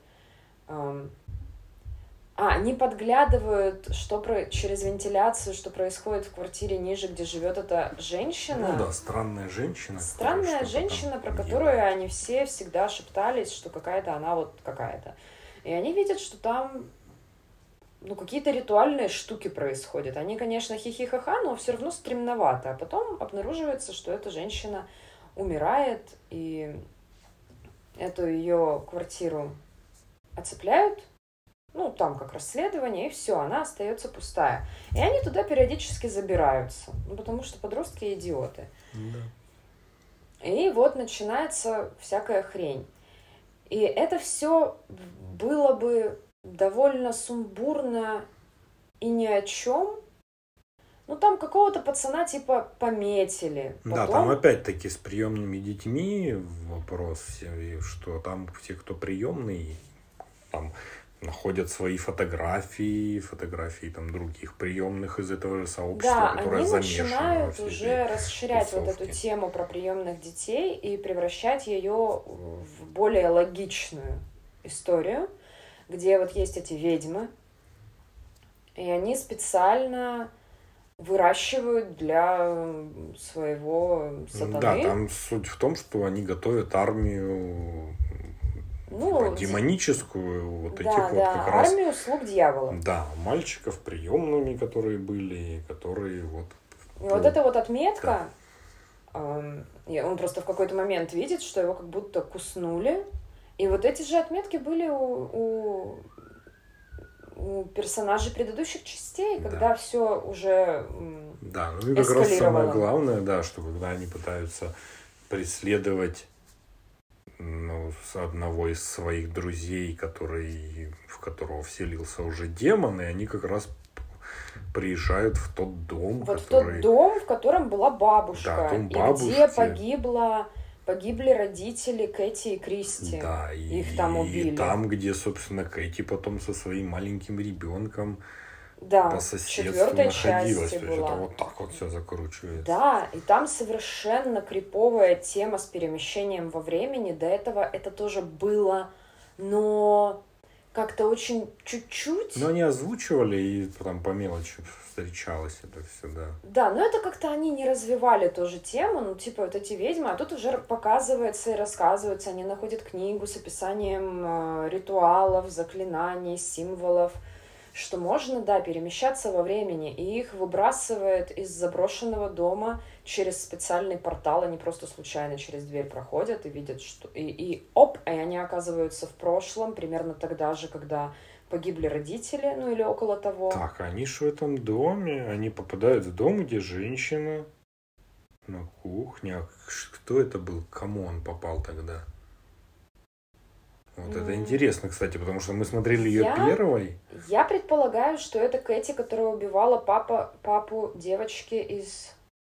Они подглядывают, через вентиляцию, что происходит в квартире ниже, где живет эта женщина. Странная женщина. Странная женщина, про которую они все всегда шептались, что какая-то она вот какая-то. И они видят, что там какие-то ритуальные штуки происходят. Они, конечно, хихи-ха-ха, но все равно стремновато. А потом обнаруживается, что эта женщина умирает, и эту ее квартиру оцепляют. Там как расследование, и все, она остается пустая. И они туда периодически забираются, потому что подростки идиоты. Да. И вот начинается всякая хрень. И это все было бы довольно сумбурно и ни о чем. Там какого-то пацана типа пометили. Да, там опять-таки с приемными детьми вопрос, что там те, кто приемный, там находят свои фотографии там других приемных из этого же сообщества, которое замешано. Да, они начинают уже расширять вот эту тему про приемных детей и превращать ее в более логичную историю, где вот есть эти ведьмы, и они специально выращивают для своего сатаны. Да, там суть в том, что они готовят армию демоническую, вот этих вот как раз... армию слуг дьявола. Да, мальчиков приемными, которые были, которые вот... И вот эта вот отметка, он просто в какой-то момент видит, что его как будто куснули, и вот эти же отметки были у персонажей предыдущих частей, когда все уже и как раз самое главное, что когда они пытаются преследовать одного из своих друзей, в которого вселился уже демон, и они как раз приезжают в тот дом, в тот дом, в котором была бабушка, дом бабушки. Где погибли родители Кэти и Кристи. Да, их там убили. И там, где, собственно, Кэти потом со своим маленьким ребенком по соседству находилась. То есть это вот так вот все закручивается. Да, и там совершенно криповая тема с перемещением во времени. До этого это тоже было, но как-то очень чуть-чуть. Но они озвучивали, и там по мелочи встречалось это все, да. Да, но это как-то они не развивали тоже тему, вот эти ведьмы, а тут уже показывается и рассказывается, они находят книгу с описанием ритуалов, заклинаний, символов, что можно, перемещаться во времени, и их выбрасывает из заброшенного дома через специальный портал, они просто случайно через дверь проходят и видят, что... И они оказываются в прошлом, примерно тогда же, когда погибли родители, или около того. Так, они ж в этом доме, они попадают в дом, где женщина на кухне. А кто это был? К кому он попал тогда? Вот это интересно, кстати, потому что мы смотрели ее первой. Я предполагаю, что это Кэти, которая убивала папу девочки из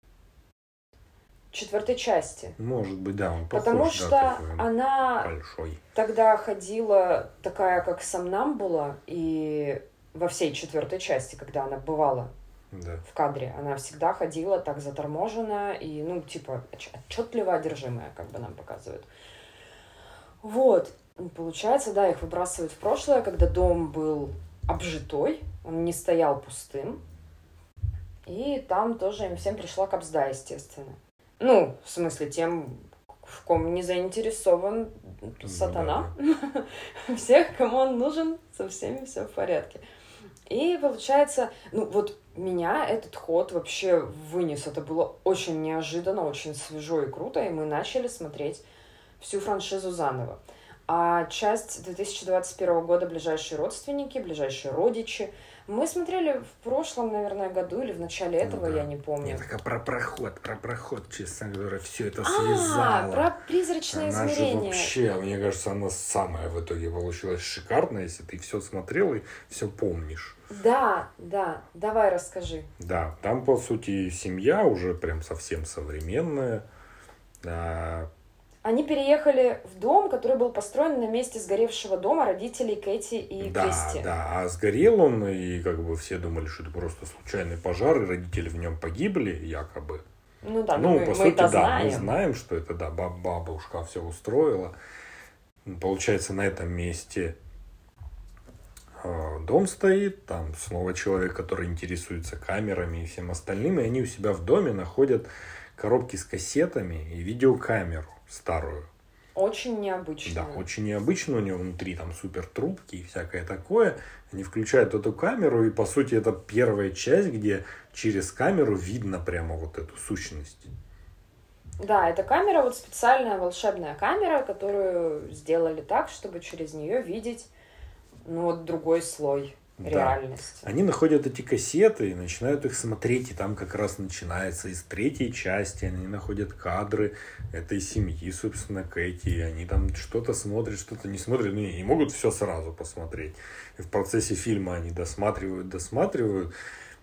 4 части. Может быть, да, он похож. Потому что она большой. Тогда ходила такая, как сомнамбула, и во всей 4 части, когда она бывала в кадре. Она всегда ходила так заторможенно и, отчетливо одержимая, как бы нам показывают. Вот. Получается, да, их выбрасывают в прошлое, когда дом был обжитой, он не стоял пустым. И там тоже им всем пришла кабзда, естественно. В смысле, тем, в ком не заинтересован сатана. Всех, кому он нужен, со всеми все в порядке. И получается, меня этот ход вообще вынес. Это было очень неожиданно, очень свежо и круто. И мы начали смотреть всю франшизу заново. А часть 2021 года «Ближайшие родственники», «Ближайшие родичи» мы смотрели в прошлом, наверное, году или в начале этого, я не помню. Нет, так про проход, честно говоря, все это связало. Про призрачные измерения. Она же вообще, мне кажется, она самая в итоге получилась шикарная, если ты все смотрел и все помнишь. Да, давай расскажи. Да, там, по сути, семья уже прям совсем современная. Они переехали в дом, который был построен на месте сгоревшего дома родителей Кэти и Кристи. Да, а сгорел он, и как бы все думали, что это просто случайный пожар, и родители в нем погибли, якобы. По сути, мы знаем, что это, бабушка все устроила. Получается, на этом месте дом стоит, там снова человек, который интересуется камерами и всем остальным, и они у себя в доме находят коробки с кассетами и видеокамеру старую. Очень необычно. Да, очень необычно. У него внутри там супер трубки и всякое такое. Они включают эту камеру, и по сути это первая часть, где через камеру видно прямо вот эту сущность. Да, это камера, специальная волшебная камера, которую сделали так, чтобы через нее видеть, другой слой реальности. Они находят эти кассеты и начинают их смотреть, и там как раз начинается из третьей части, они находят кадры этой семьи, собственно, Кэти, и они там что-то смотрят, что-то не смотрят, не могут все сразу посмотреть. И в процессе фильма они досматривают,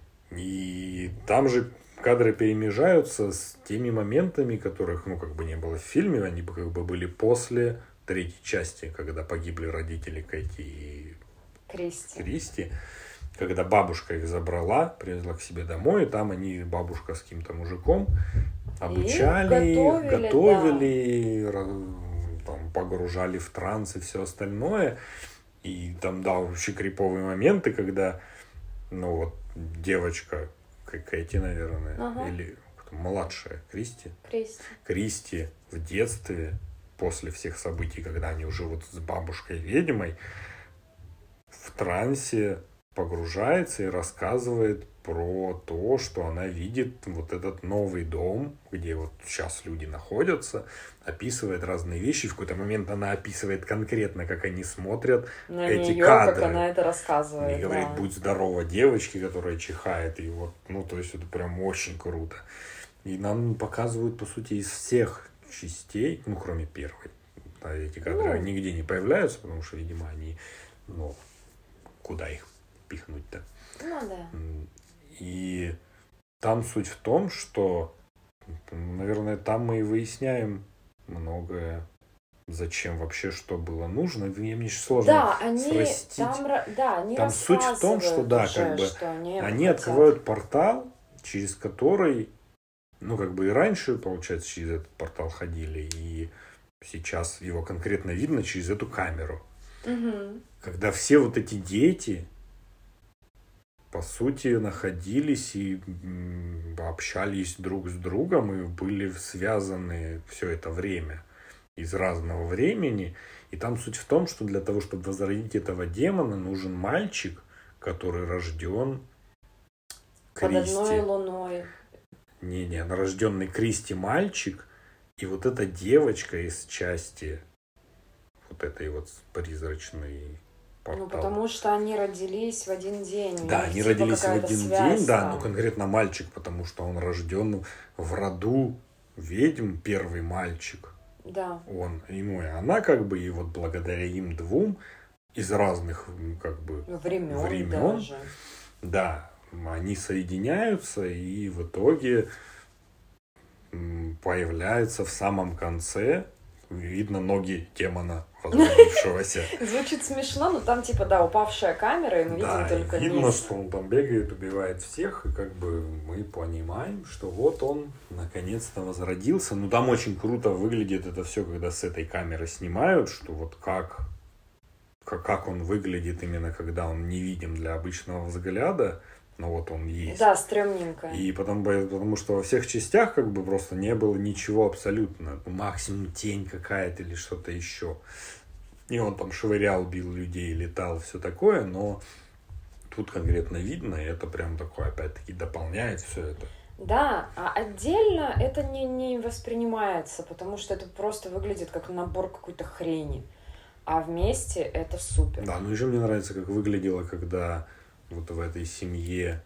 и там же кадры перемежаются с теми моментами, которых, не было в фильме, они были после третьей части, когда погибли родители Кэти и Кристи, когда бабушка их забрала, привезла к себе домой, и там бабушка с каким-то мужиком обучали, готовили, там, погружали в транс и все остальное. И там, вообще криповые моменты, когда, девочка Кэти, наверное, или младшая Кристи в детстве, после всех событий, когда они уже с бабушкой-ведьмой, в трансе погружается и рассказывает про то, что она видит этот новый дом, где сейчас люди находятся, описывает разные вещи. В какой-то момент она описывает конкретно, как они смотрят эти кадры. Как она это рассказывает. И говорит, будь здорова девочке, которая чихает. И то есть это прям очень круто. И нам показывают, по сути, из всех частей, кроме первой. Эти кадры нигде не появляются, потому что, видимо, они, куда их пихнуть-то? Да. И там суть в том, что, наверное, там мы и выясняем многое, зачем вообще, что было нужно. Мне сложно срастить. Там суть в том, что, они открывают портал, через который, и раньше, получается, через этот портал ходили, и сейчас его конкретно видно через эту камеру. Угу. Когда все эти дети, по сути, находились и общались друг с другом и были связаны все это время из разного времени. И там суть в том, что для того, чтобы возродить этого демона, нужен мальчик, который рожден Кристи. Под одной луной. Рожденный Кристи мальчик, и эта девочка из части этой призрачной портал. Потому что они родились в один день. Да, они родились в один день, но конкретно мальчик, потому что он рожден в роду ведьм, первый мальчик. Да. Ему и она, и благодаря им двум из разных, времен даже. Да, они соединяются, и в итоге появляется в самом конце видно ноги демона возродившегося. Звучит смешно, но там типа, да, упавшая камера, и мы видим только видно, что он там бегает, убивает всех, и как бы мы понимаем, что вот он наконец-то возродился. Ну там очень круто выглядит это все, когда с этой камеры снимают, что вот как он выглядит именно когда он невидим для обычного взгляда. Но вот он есть. Да, стрёмненько. И потому что во всех частях как бы просто не было ничего абсолютно. Максимум тень какая-то или что-то еще. И он там швырял, бил людей, летал, все такое. Но тут конкретно видно, и это прям такое, опять-таки, дополняет все это. Да, а отдельно это не воспринимается, потому что это просто выглядит как набор какой-то хрени. А вместе это супер. Да, ну еще мне нравится, как выглядело, когда... Вот в этой семье,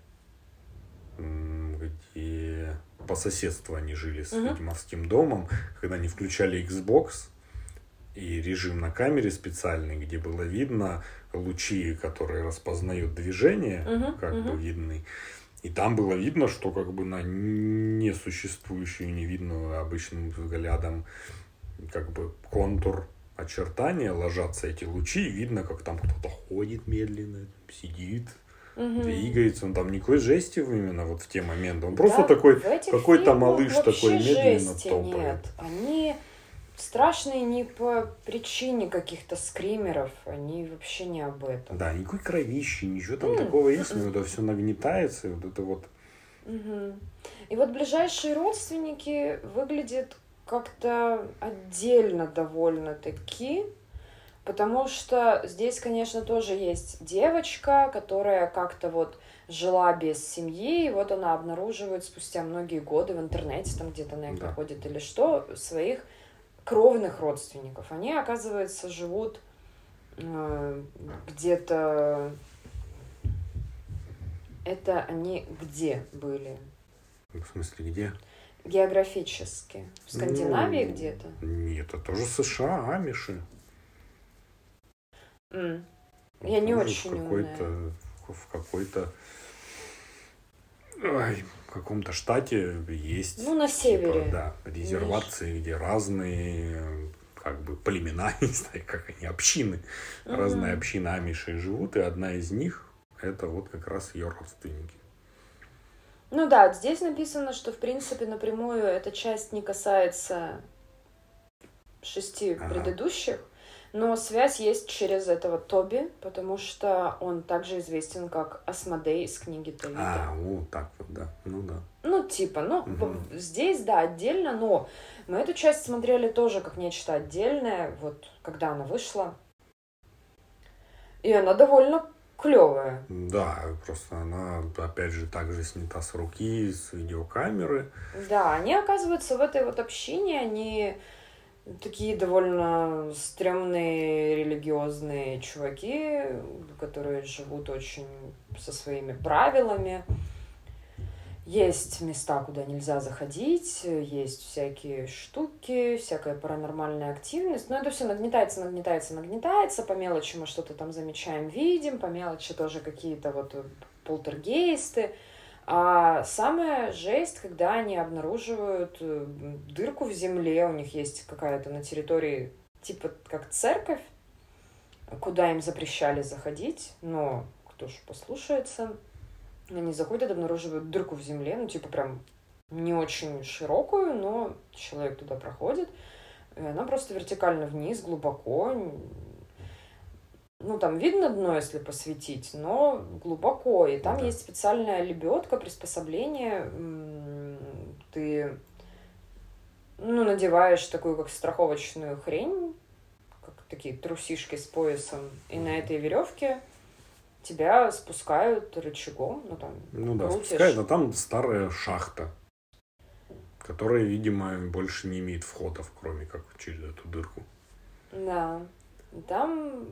где по соседству они жили с ведьмовским домом, когда они включали Xbox и режим на камере специальный, где было видно лучи, которые распознают движение, как бы видны. И там было видно, что как бы на несуществующую, невидную обычным взглядом как бы контур очертания ложатся эти лучи, и видно, как там кто-то ходит медленно, сидит, двигается, он там никакой жести именно вот в те моменты. Он просто такой, какой-то малыш такой медленно топает. Нет, они страшные не по причине каких-то скримеров, они вообще не об этом. Да, никакой кровищи, ничего там такого есть, но это все нагнетается, и вот это вот. И вот ближайшие родственники выглядят как-то отдельно довольно-таки. Потому что здесь, конечно, тоже есть девочка, которая как-то вот жила без семьи, и вот она обнаруживает спустя многие годы в интернете, там где-то она их находит или что, своих кровных родственников. Они, оказывается, живут где-то... Это они где были? В смысле, где? Географически. В Скандинавии где-то? Нет, это тоже США, амиши. Я не очень в каком-то штате есть. Ну, на севере. Типа, да, резервации, где разные как бы племена, не знаю, как они, общины. Разные общины амишей живут, и одна из них это вот как раз ее родственники. Ну да, здесь написано, что в принципе напрямую эта часть не касается 6 предыдущих. Но связь есть через этого Тоби, потому что он также известен как Асмодей из книги Товита. Вот так вот, да. Ну да. Ну, типа, здесь, да, отдельно, но мы эту часть смотрели тоже как нечто отдельное, вот, когда она вышла. И она довольно клевая. Да, просто она, опять же, также снята с руки, с видеокамеры. Да, они, оказывается, в этой вот общине, они... Такие довольно стрёмные религиозные чуваки, которые живут очень со своими правилами. Есть места, куда нельзя заходить, есть всякие штуки, всякая паранормальная активность. Но это все нагнетается. По мелочи мы что-то там замечаем, видим, по мелочи тоже какие-то вот полтергейсты. А самая жесть, когда они обнаруживают дырку в земле, у них есть какая-то на территории, типа как церковь, куда им запрещали заходить, но кто ж послушается, они заходят, обнаруживают дырку в земле, ну типа прям не очень широкую, но человек туда проходит, и она просто вертикально вниз, глубоко. Ну, там видно дно, если посветить, но глубоко. И там есть специальная лебедка, приспособление. Ты, надеваешь такую, как страховочную хрень, как такие трусишки с поясом, и на этой веревке тебя спускают рычагом. Спускают, а там старая шахта, которая, видимо, больше не имеет входов, кроме как через эту дырку. Да, там...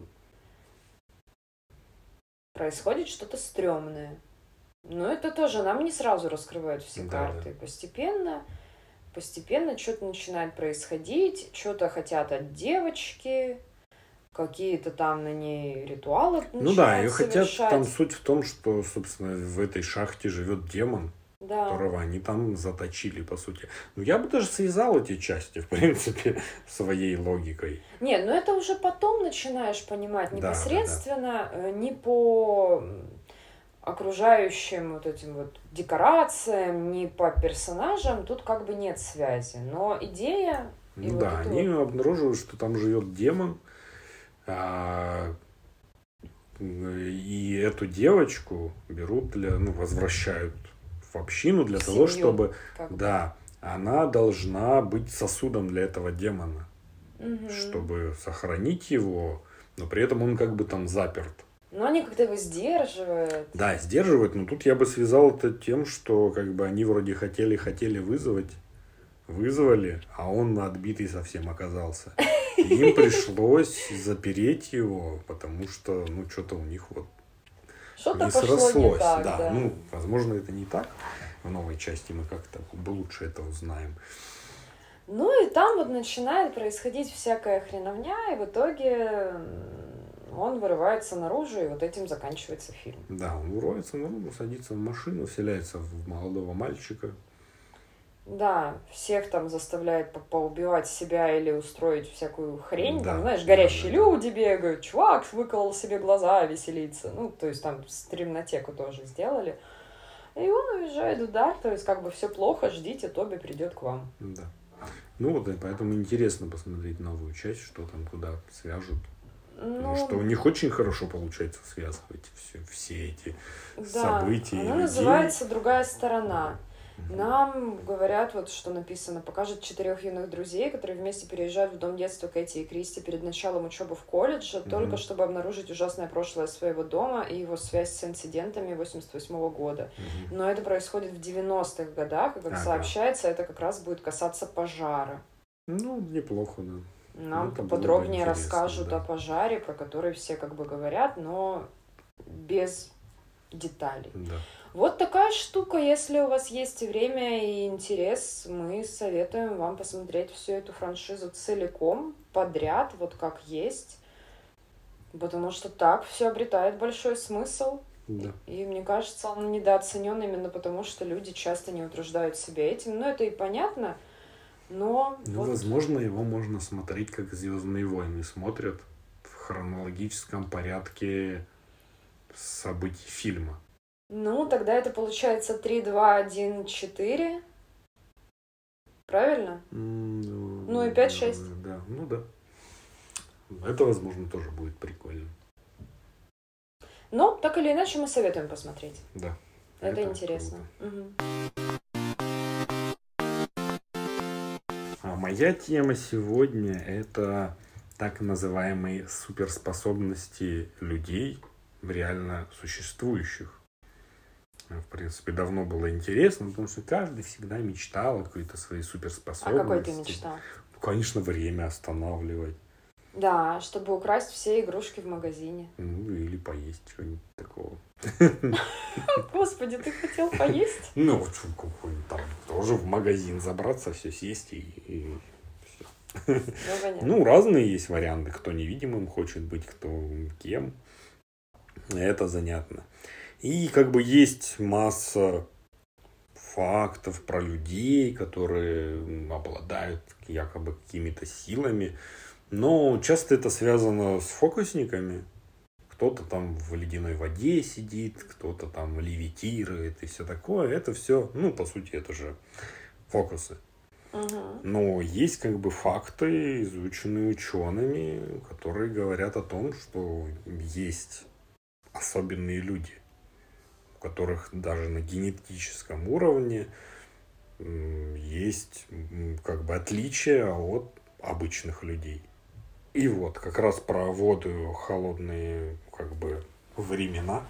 происходит что-то стрёмное. Но это тоже нам не сразу раскрывают все карты. Постепенно что-то начинает происходить, что-то хотят от девочки, какие-то там на ней ритуалы начинают ее хотят, там суть в том, что, собственно, в этой шахте живет демон. которого они там заточили, по сути. Ну, я бы даже связал эти части, в принципе, своей логикой. Нет, ну это уже потом начинаешь понимать непосредственно, не по окружающим вот этим вот декорациям, не по персонажам, тут как бы нет связи. Но идея... Ну да, они обнаруживают, что там живет демон, и эту девочку берут возвращают в общину для того, чтобы... Да, она должна быть сосудом для этого демона, чтобы сохранить его, но при этом он как бы там заперт. Но они как-то его сдерживают. Да, сдерживают, но тут я бы связал это тем, что как бы они вроде хотели вызвали, а он отбитый совсем оказался. И им пришлось запереть его, потому что, что-то у них вот что-то не срослось. Не так, да. Возможно, это не так. В новой части мы как-то лучше это узнаем. Ну и там вот начинает происходить всякая хреновня, и в итоге он вырывается наружу, и вот этим заканчивается фильм. Да, он вырывается наружу, садится в машину, вселяется в молодого мальчика. Да, всех там заставляет поубивать себя или устроить всякую хрень. Да, там, знаешь, горящие люди бегают, чувак выколол себе глаза, веселится. Ну, то есть там стримнотеку тоже сделали. И он уезжает в даль, то есть как бы все плохо, ждите, Тоби придет к вам. Да. Ну вот, и поэтому интересно посмотреть новую часть, что там куда свяжут. Потому что у них очень хорошо получается связывать все эти события. Она называется «Другая сторона». Нам говорят, вот что написано, покажет 4 юных друзей, которые вместе переезжают в дом детства Кэти и Кристи перед началом учебы в колледже, только чтобы обнаружить ужасное прошлое своего дома и его связь с инцидентами 88 года. Но это происходит в 90-х годах, и, как сообщается, это как раз будет касаться пожара. Ну, неплохо, да. Нам подробнее расскажут о пожаре, про который все как бы говорят, но без деталей. Да. Вот такая штука, если у вас есть время и интерес, мы советуем вам посмотреть всю эту франшизу целиком, подряд, вот как есть, потому что так все обретает большой смысл. Да. И мне кажется, он недооценен именно потому, что люди часто не утруждают себя этим. Ну, это и понятно, но... Ну, возможно, его можно смотреть, как «Звездные войны» смотрят в хронологическом порядке событий фильма. Ну, тогда это получается 3, 2, 1, 4. Правильно? Ну и 5, 6. Да, ну да. Это, возможно, тоже будет прикольно. Но, так или иначе, мы советуем посмотреть. Да. Это интересно. Угу. А моя тема сегодня — это так называемые суперспособности людей, реально существующих. В принципе, давно было интересно, потому что каждый всегда мечтал о какой-то своей суперспособности. А какой ты мечтал? Ну, конечно, время останавливать. Да, чтобы украсть все игрушки в магазине. Ну, или поесть что-нибудь такого. Господи, ты хотел поесть? Ну, какой-нибудь там тоже в магазин забраться, все съесть и все. Ну, разные есть варианты. Кто невидимым хочет быть, кто кем. Это занятно. И как бы есть масса фактов про людей, которые обладают якобы какими-то силами. Но часто это связано с фокусниками. Кто-то там в ледяной воде сидит, кто-то там левитирует и все такое. Это все, по сути, это же фокусы. Но есть как бы факты, изученные учеными, которые говорят о том, что есть особенные люди, у которых даже на генетическом уровне есть как бы отличия от обычных людей. И вот как раз про воду, холодные как бы времена.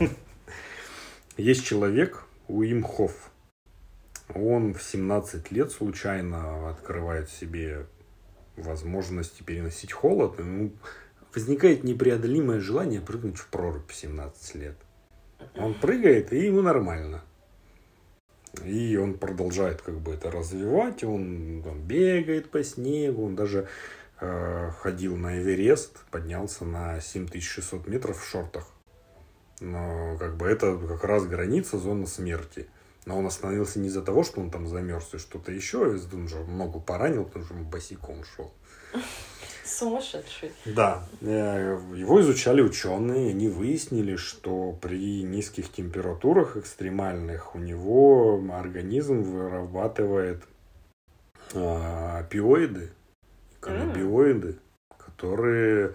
Есть человек Уим Хофф. Он в 17 лет случайно открывает себе возможность переносить холод. Возникает непреодолимое желание прыгнуть в прорубь в 17 лет. Он прыгает, и ему нормально. И он продолжает как бы это развивать. Он бегает по снегу. Он даже ходил на Эверест, поднялся на 7600 метров в шортах. Но как бы это как раз граница, зона смерти. Но он остановился не из-за того, что он там замерз и что-то еще, он же ногу поранил, потому что он босиком шел. Сумасшедший. Да. Его изучали ученые, они выяснили, что при низких температурах экстремальных у него организм вырабатывает опиоиды, каннабиоиды, которые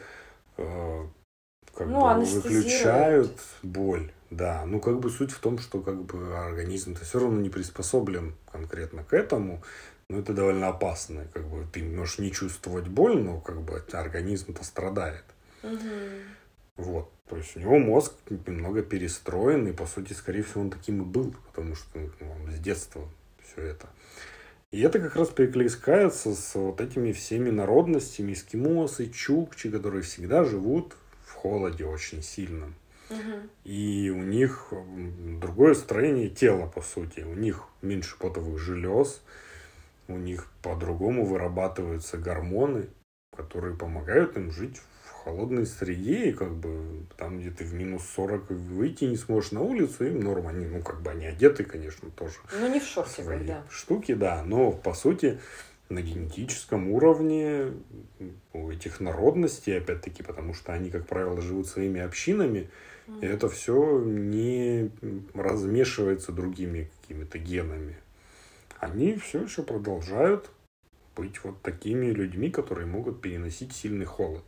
выключают боль. Да, суть в том, что организм-то все равно не приспособлен конкретно к этому, но это довольно опасно. Ты можешь не чувствовать боль, но организм-то страдает. Вот. То есть у него мозг немного перестроен, и по сути, скорее всего, он таким и был, потому что он с детства все это. И это как раз перекликается с вот этими всеми народностями, эскимосы, чукчи, которые всегда живут в холоде очень сильном. И у них другое строение тела, по сути. У них меньше потовых желез, у них по-другому вырабатываются гормоны, которые помогают им жить в холодной среде. И там, где ты в минус 40 выйти не сможешь на улицу, им норм. Они, они одеты, конечно, тоже. Ну, не в шорте, да. Штуки, да. Но, по сути, на генетическом уровне у этих народностей, опять-таки, потому что они, как правило, живут своими общинами, и это все не размешивается другими какими-то генами. Они все еще продолжают быть вот такими людьми, которые могут переносить сильный холод.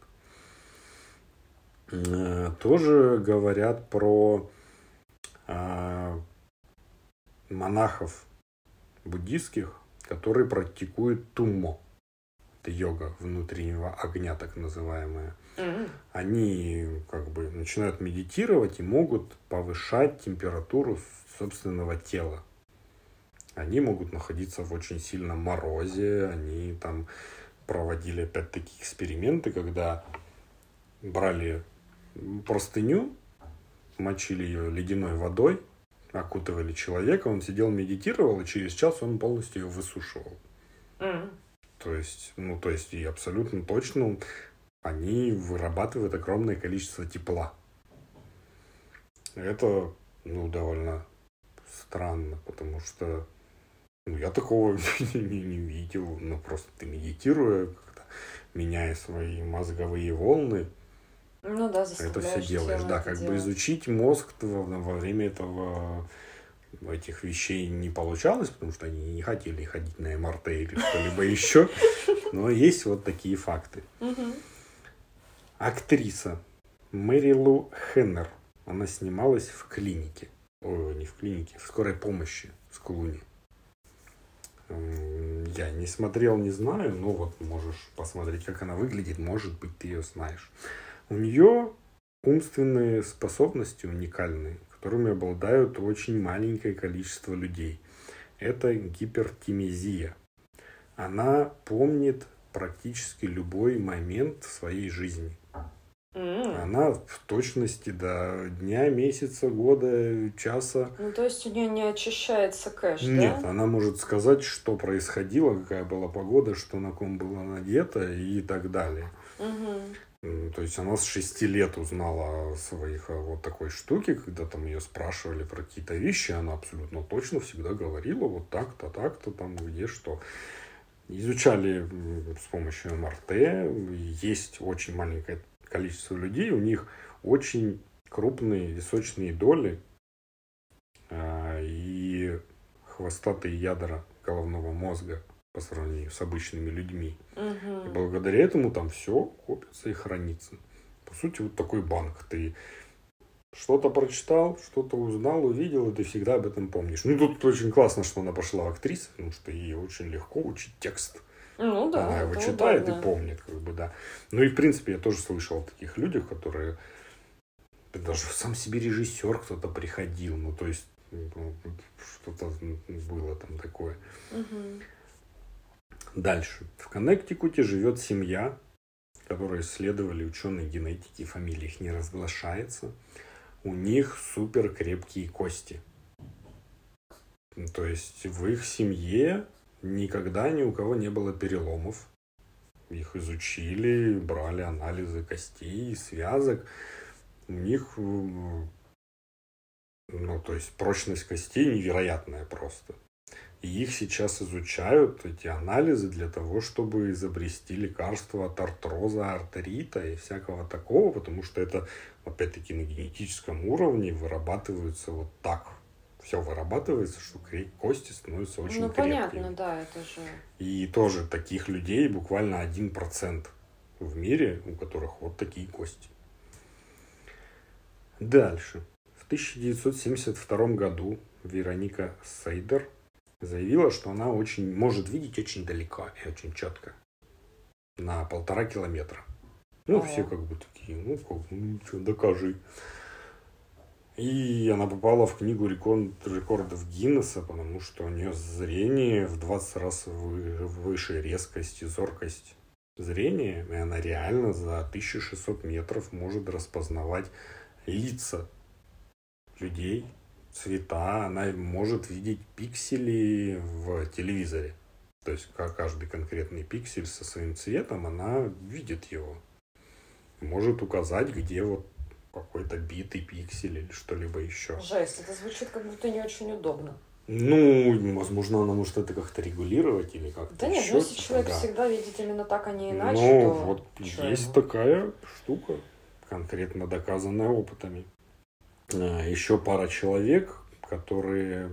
Тоже говорят про монахов буддийских, которые практикуют туммо. Это йога внутреннего огня, так называемая. Они начинают медитировать и могут повышать температуру собственного тела. Они могут находиться в очень сильном морозе. Они там проводили опять-таки эксперименты, когда брали простыню, мочили ее ледяной водой, окутывали человека, он сидел, медитировал, и через час он полностью ее высушивал. То есть и абсолютно точно они вырабатывают огромное количество тепла. Это, довольно странно, потому что я такого не видел. Просто ты медитируя, меняя свои мозговые волны, это все делаешь. Да, изучить мозг во время этих вещей не получалось, потому что они не хотели ходить на МРТ или что-либо еще. Но есть вот такие факты. Актриса Мэри Лу Хеннер. Она снималась в клинике. Ой, не в клинике, в скорой помощи в Клуни. Я не смотрел, не знаю, но вот можешь посмотреть, как она выглядит. Может быть, ты ее знаешь. У нее умственные способности уникальные, которыми обладают очень маленькое количество людей. Это гипертимезия. Она помнит практически любой момент в своей жизни. Она в точности до дня, месяца, года, часа. То есть у нее не очищается кэш, да? Нет, она может сказать, что происходило, какая была погода, что на ком была надета и так далее. То есть она с 6 лет узнала о своих вот такой штуке, когда там ее спрашивали про какие-то вещи, она абсолютно точно всегда говорила вот так-то, там где что. Изучали с помощью МРТ, есть очень маленькое количество людей, у них очень крупные височные доли и хвостатые ядра головного мозга по сравнению с обычными людьми. И благодаря этому там все копится и хранится. По сути, вот такой банк. Ты что-то прочитал, что-то узнал, увидел, и ты всегда об этом помнишь. Тут очень классно, что она пошла в актрису, потому что ей очень легко учить текст. Она его читает и помнит, да. И в принципе, я тоже слышал о таких людях, которые даже сам себе режиссер кто-то приходил, то есть что-то было там такое. Дальше. В Коннектикуте живет семья, которую исследовали ученые генетики, фамилия их не разглашается. У них супер крепкие кости. То есть в их семье никогда ни у кого не было переломов. Их изучили, брали анализы костей, связок. У них Ну, то есть прочность костей невероятная просто. И их сейчас изучают, эти анализы, для того, чтобы изобрести лекарства от артроза, артрита и всякого такого, потому что это, опять-таки, на генетическом уровне вырабатывается вот так. Все вырабатывается, что кости становятся очень крепкими. Ну, понятно, да, это же... И тоже таких людей буквально 1% в мире, у которых вот такие кости. Дальше. В 1972 году Вероника Сейдер заявила, что она может видеть очень далеко и очень четко. На 1,5 километра. Ну, все как бы такие, что, докажи. И она попала в книгу рекордов Гиннесса, потому что у нее зрение в 20 раз выше резкость и зоркость зрения. И она реально за 1600 метров может распознавать лица людей, цвета, она может видеть пиксели в телевизоре. То есть каждый конкретный пиксель со своим цветом, она видит его. Может указать, где вот какой-то битый пиксель или что-либо еще. Жесть, это звучит как будто не очень удобно. Ну, возможно, она может это как-то регулировать или как-то. Да нет, если человек всегда видит именно так, а не иначе, ну, то... вот есть такая штука, конкретно доказанная опытами. Еще пара человек, которые,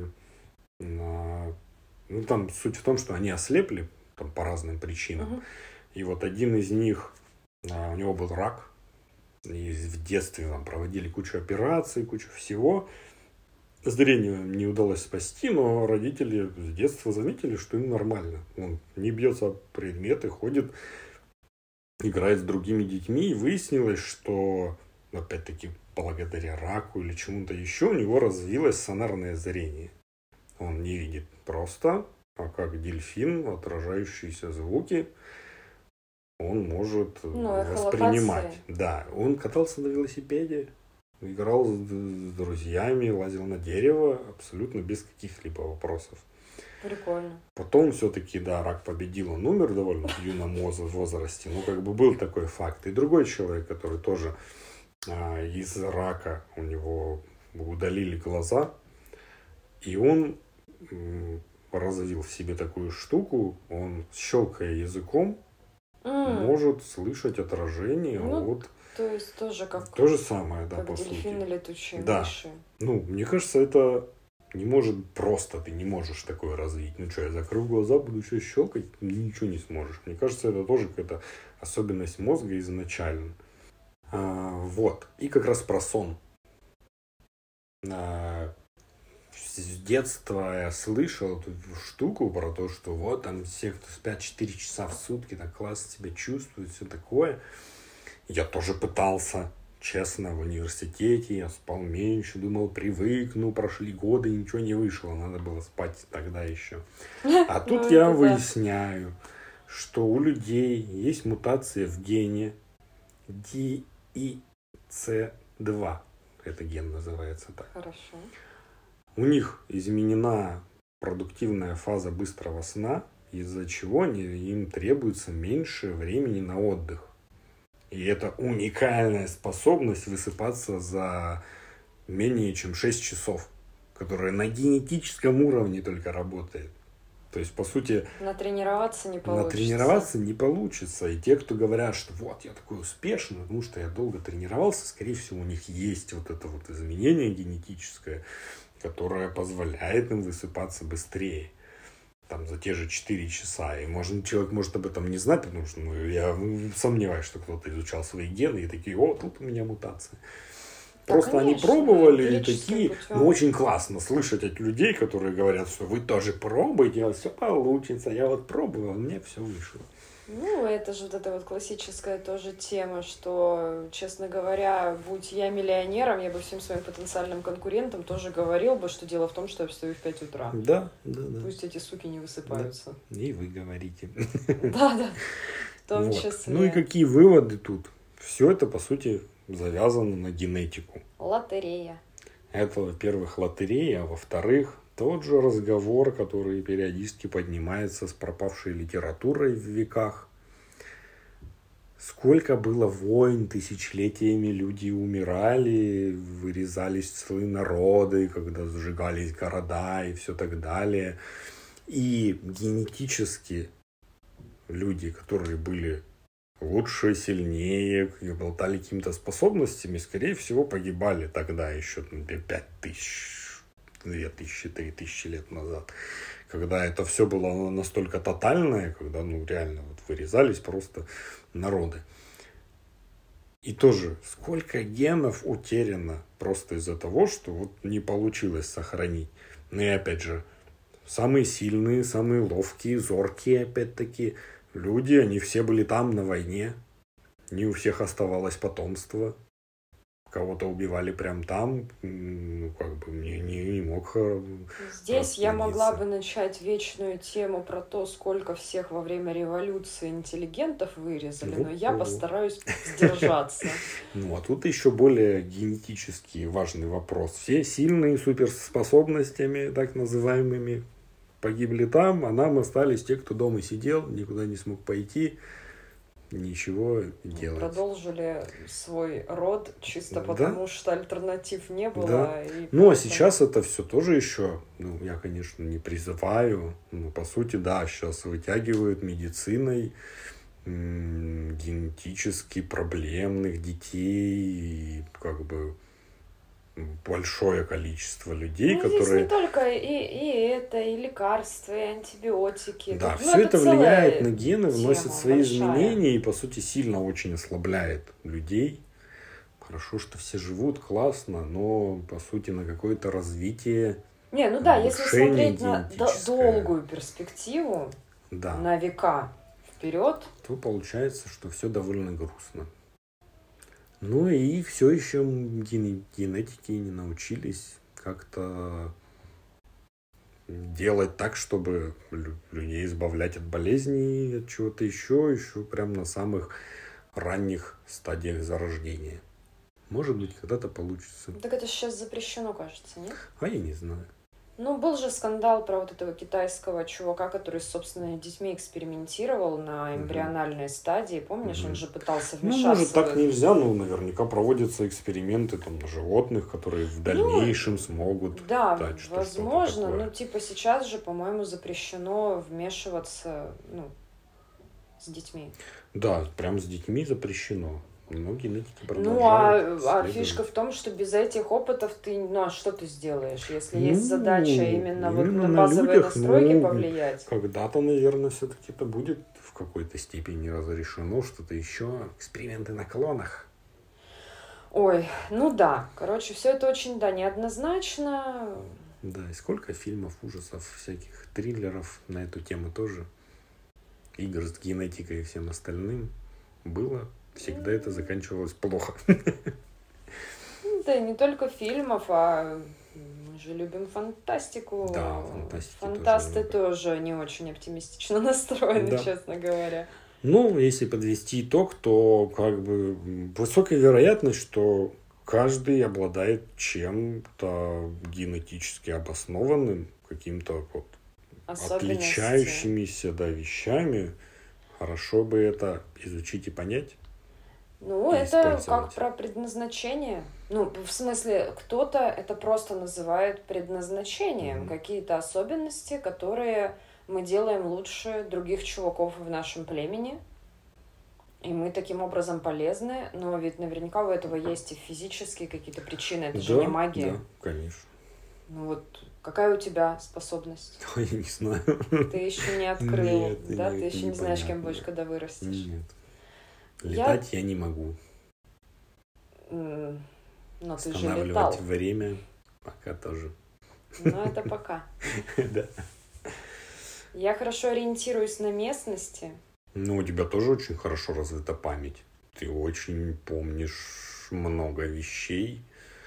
ну там суть в том, что они ослепли там, по разным причинам. И вот один из них, у него был рак, и в детстве там проводили кучу операций, кучу всего. Зрение не удалось спасти, но родители с детства заметили, что им нормально. Он не бьется об предметы, ходит, играет с другими детьми, и выяснилось, что, опять-таки, благодаря раку или чему-то еще, у него развилось сонарное зрение. Он не видит просто, а как дельфин, отражающиеся звуки, он может воспринимать. Да, он катался на велосипеде, играл с друзьями, лазил на дерево, абсолютно без каких-либо вопросов. Прикольно. Потом все-таки, да, рак победил, он умер довольно в юном возрасте, ну, как бы был такой факт. И другой человек, который тоже из рака, у него удалили глаза, и он развил в себе такую штуку, он, щелкая языком, может слышать отражение от... То есть тоже как... То же самое, да, как по сути. Дельфины, летучие мыши. Ну, мне кажется, это не может просто, ты не можешь такое развить. Ну что, я закрыл глаза, буду еще щелкать, ничего не сможешь. Мне кажется, это тоже какая-то особенность мозга изначально. Вот. И как раз про сон. С детства я слышал эту штуку про то, что вот там все, кто спят 4 часа в сутки, так классно себя чувствуют, все такое. Я тоже пытался, честно, в университете, я спал меньше, думал, привыкну, прошли годы, ничего не вышло, надо было спать тогда еще. А тут я выясняю, что у людей есть мутация в гене DIC2. Это ген называется так. Хорошо. У них изменена продуктивная фаза быстрого сна, из-за чего им требуется меньше времени на отдых. И это уникальная способность высыпаться за менее чем 6 часов, которая на генетическом уровне только работает. То есть, по сути... Натренироваться не получится. Натренироваться не получится. И те, кто говорят, что вот я такой успешный, потому что я долго тренировался, скорее всего, у них есть вот это вот изменение генетическое, которое позволяет им высыпаться быстрее. Там за те же 4 часа. И человек может об этом не знать, потому что я сомневаюсь, что кто-то изучал свои гены и такие, о, тут у меня мутация. Просто конечно, они пробовали и такие, путем. Ну, очень классно слышать от людей, которые говорят, что вы тоже пробуйте, у вас все получится. Я вот пробовал, у меня все вышло. Ну, это же вот эта вот классическая тоже тема, что, честно говоря, будь я миллионером, я бы всем своим потенциальным конкурентам тоже говорил бы, что дело в том, что я встаю в 5 утра. Да. Пусть эти суки не высыпаются. Да. И вы говорите. Да. В том числе. Ну и какие выводы тут? Все это, по сути, завязано на генетику. Лотерея. Это, во-первых, лотерея, а во-вторых, тот же разговор, который периодически поднимается с пропавшей литературой в веках. Сколько было войн, тысячелетиями люди умирали, вырезались целые народы, когда сжигались города и все так далее. И генетически люди, которые были лучше, сильнее, обладали какими-то способностями, скорее всего, погибали тогда еще 5000, 2000, 3000 лет назад. Когда это все было настолько тотальное, когда реально вырезались просто народы. И тоже, сколько генов утеряно просто из-за того, что не получилось сохранить. Ну и опять же, самые сильные, самые ловкие, зоркие, опять-таки, люди, они все были там на войне. Не у всех оставалось потомство. Кого-то убивали прям там. Не мог. Здесь я могла бы начать вечную тему про то, сколько всех во время революции интеллигентов вырезали, но я постараюсь сдержаться. А тут еще более генетически важный вопрос. Все сильные суперспособностями, так называемыми, погибли там, а нам остались те, кто дома сидел, никуда не смог пойти, ничего делать. Продолжили свой род чисто потому, что альтернатив не было. Да. А сейчас это все тоже еще, я, конечно, не призываю, но по сути, да, сейчас вытягивают медициной генетически проблемных детей, большое количество людей, которые... Здесь не только и лекарства, и антибиотики. Да, все это влияет на гены, вносит свои изменения и, по сути, сильно очень ослабляет людей. Хорошо, что все живут, классно, но, по сути, на какое-то развитие... если смотреть на долгую перспективу, на века вперед, то получается, что все довольно грустно. И все еще генетики не научились как-то делать так, чтобы людей избавлять от болезней, от чего-то еще прям на самых ранних стадиях зарождения. Может быть, когда-то получится. Так это сейчас запрещено, кажется, нет? А я не знаю. Был же скандал про этого китайского чувака, который с собственными детьми экспериментировал на эмбриональной стадии. Помнишь, он же пытался вмешаться. Может, так нельзя, но наверняка проводятся эксперименты на животных, которые в дальнейшем смогут дать что-то возможно. такое. Сейчас же, по-моему, запрещено вмешиваться, с детьми. Да, прям с детьми запрещено. Но генетики продолжают. Фишка в том, что без этих опытов ты, что ты сделаешь, если есть задача именно на базовые настройки повлиять? Когда-то, наверное, все-таки это будет в какой-то степени разрешено, что-то еще, эксперименты на клонах. Ой, короче, все это очень, неоднозначно. Да, и сколько фильмов ужасов, всяких триллеров на эту тему тоже, игр с генетикой и всем остальным было. Всегда это заканчивалось плохо. Да, и не только фильмов, а мы же любим фантастику. Да, фантастики фантасты тоже не очень оптимистично настроены, честно говоря. Если подвести итог, то высокая вероятность, что каждый обладает чем-то генетически обоснованным, каким-то отличающимися вещами. Хорошо бы это изучить и понять. Это как про предназначение. В смысле, кто-то это просто называет предназначением. Какие-то особенности, которые мы делаем лучше других чуваков в нашем племени. И мы таким образом полезны. Но ведь наверняка у этого есть и физические какие-то причины. Это же не магия. Да, конечно. Какая у тебя способность? Я не знаю. Ты еще не открыл, Ты еще не знаешь, кем будешь, когда вырастешь. Нет. Летать я не могу. Но ты же летал. Останавливать время пока тоже. Это пока. Да. Я хорошо ориентируюсь на местности. У тебя тоже очень хорошо развита память. Ты очень помнишь много вещей.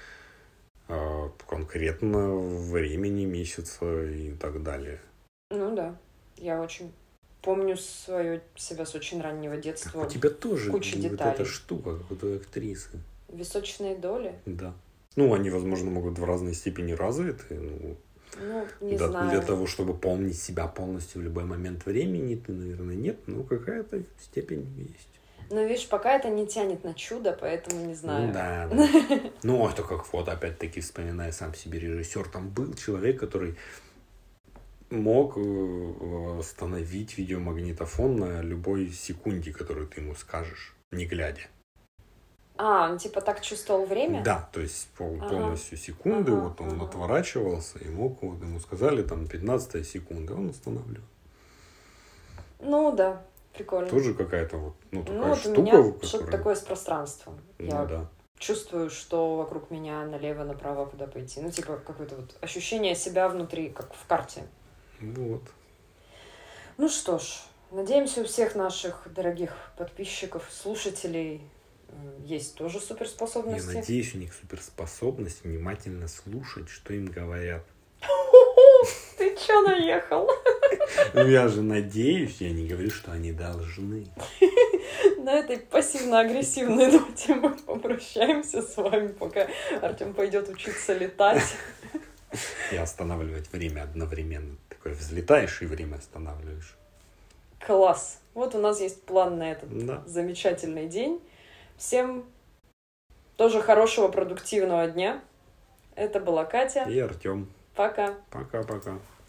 Конкретно времени, месяца и так далее. Да. Я очень помню себя с очень раннего детства. У тебя тоже куча деталей. Эта штука, как у той актрисы. Височные доли? Да. Они, возможно, могут в разной степени развиты. Не знаю. Для того, чтобы помнить себя полностью в любой момент времени, ты, наверное, нет. Какая-то степень есть. Но, видишь, пока это не тянет на чудо, поэтому не знаю. Ну, да. Ну, это как фото, опять-таки, вспоминая сам себе режиссер. Там был человек, который мог остановить видеомагнитофон на любой секунде, которую ты ему скажешь, не глядя. Он типа так чувствовал время? Да, то есть полностью секунды, вот он отворачивался, и мог, вот ему сказали, там, 15 секунда, он останавливал. Ну, да, прикольно. Тоже какая-то вот, такая штука. У меня что-то такое с пространством. Я чувствую, что вокруг меня налево-направо куда пойти. Ну, типа, какое-то вот ощущение себя внутри, как в карте. Вот. Ну что ж, надеемся, у всех наших дорогих подписчиков, слушателей есть тоже суперспособности. Я надеюсь, у них суперспособность внимательно слушать, что им говорят. Ты чё наехал? Ну, я же надеюсь, я не говорю, что они должны. На этой пассивно-агрессивной ноте мы попрощаемся с вами, пока Артем пойдет учиться летать. И останавливать время одновременно. Такой взлетаешь и время останавливаешь. Класс. Вот у нас есть план на этот замечательный день. Всем тоже хорошего, продуктивного дня. Это была Катя. И Артем. Пока. Пока-пока.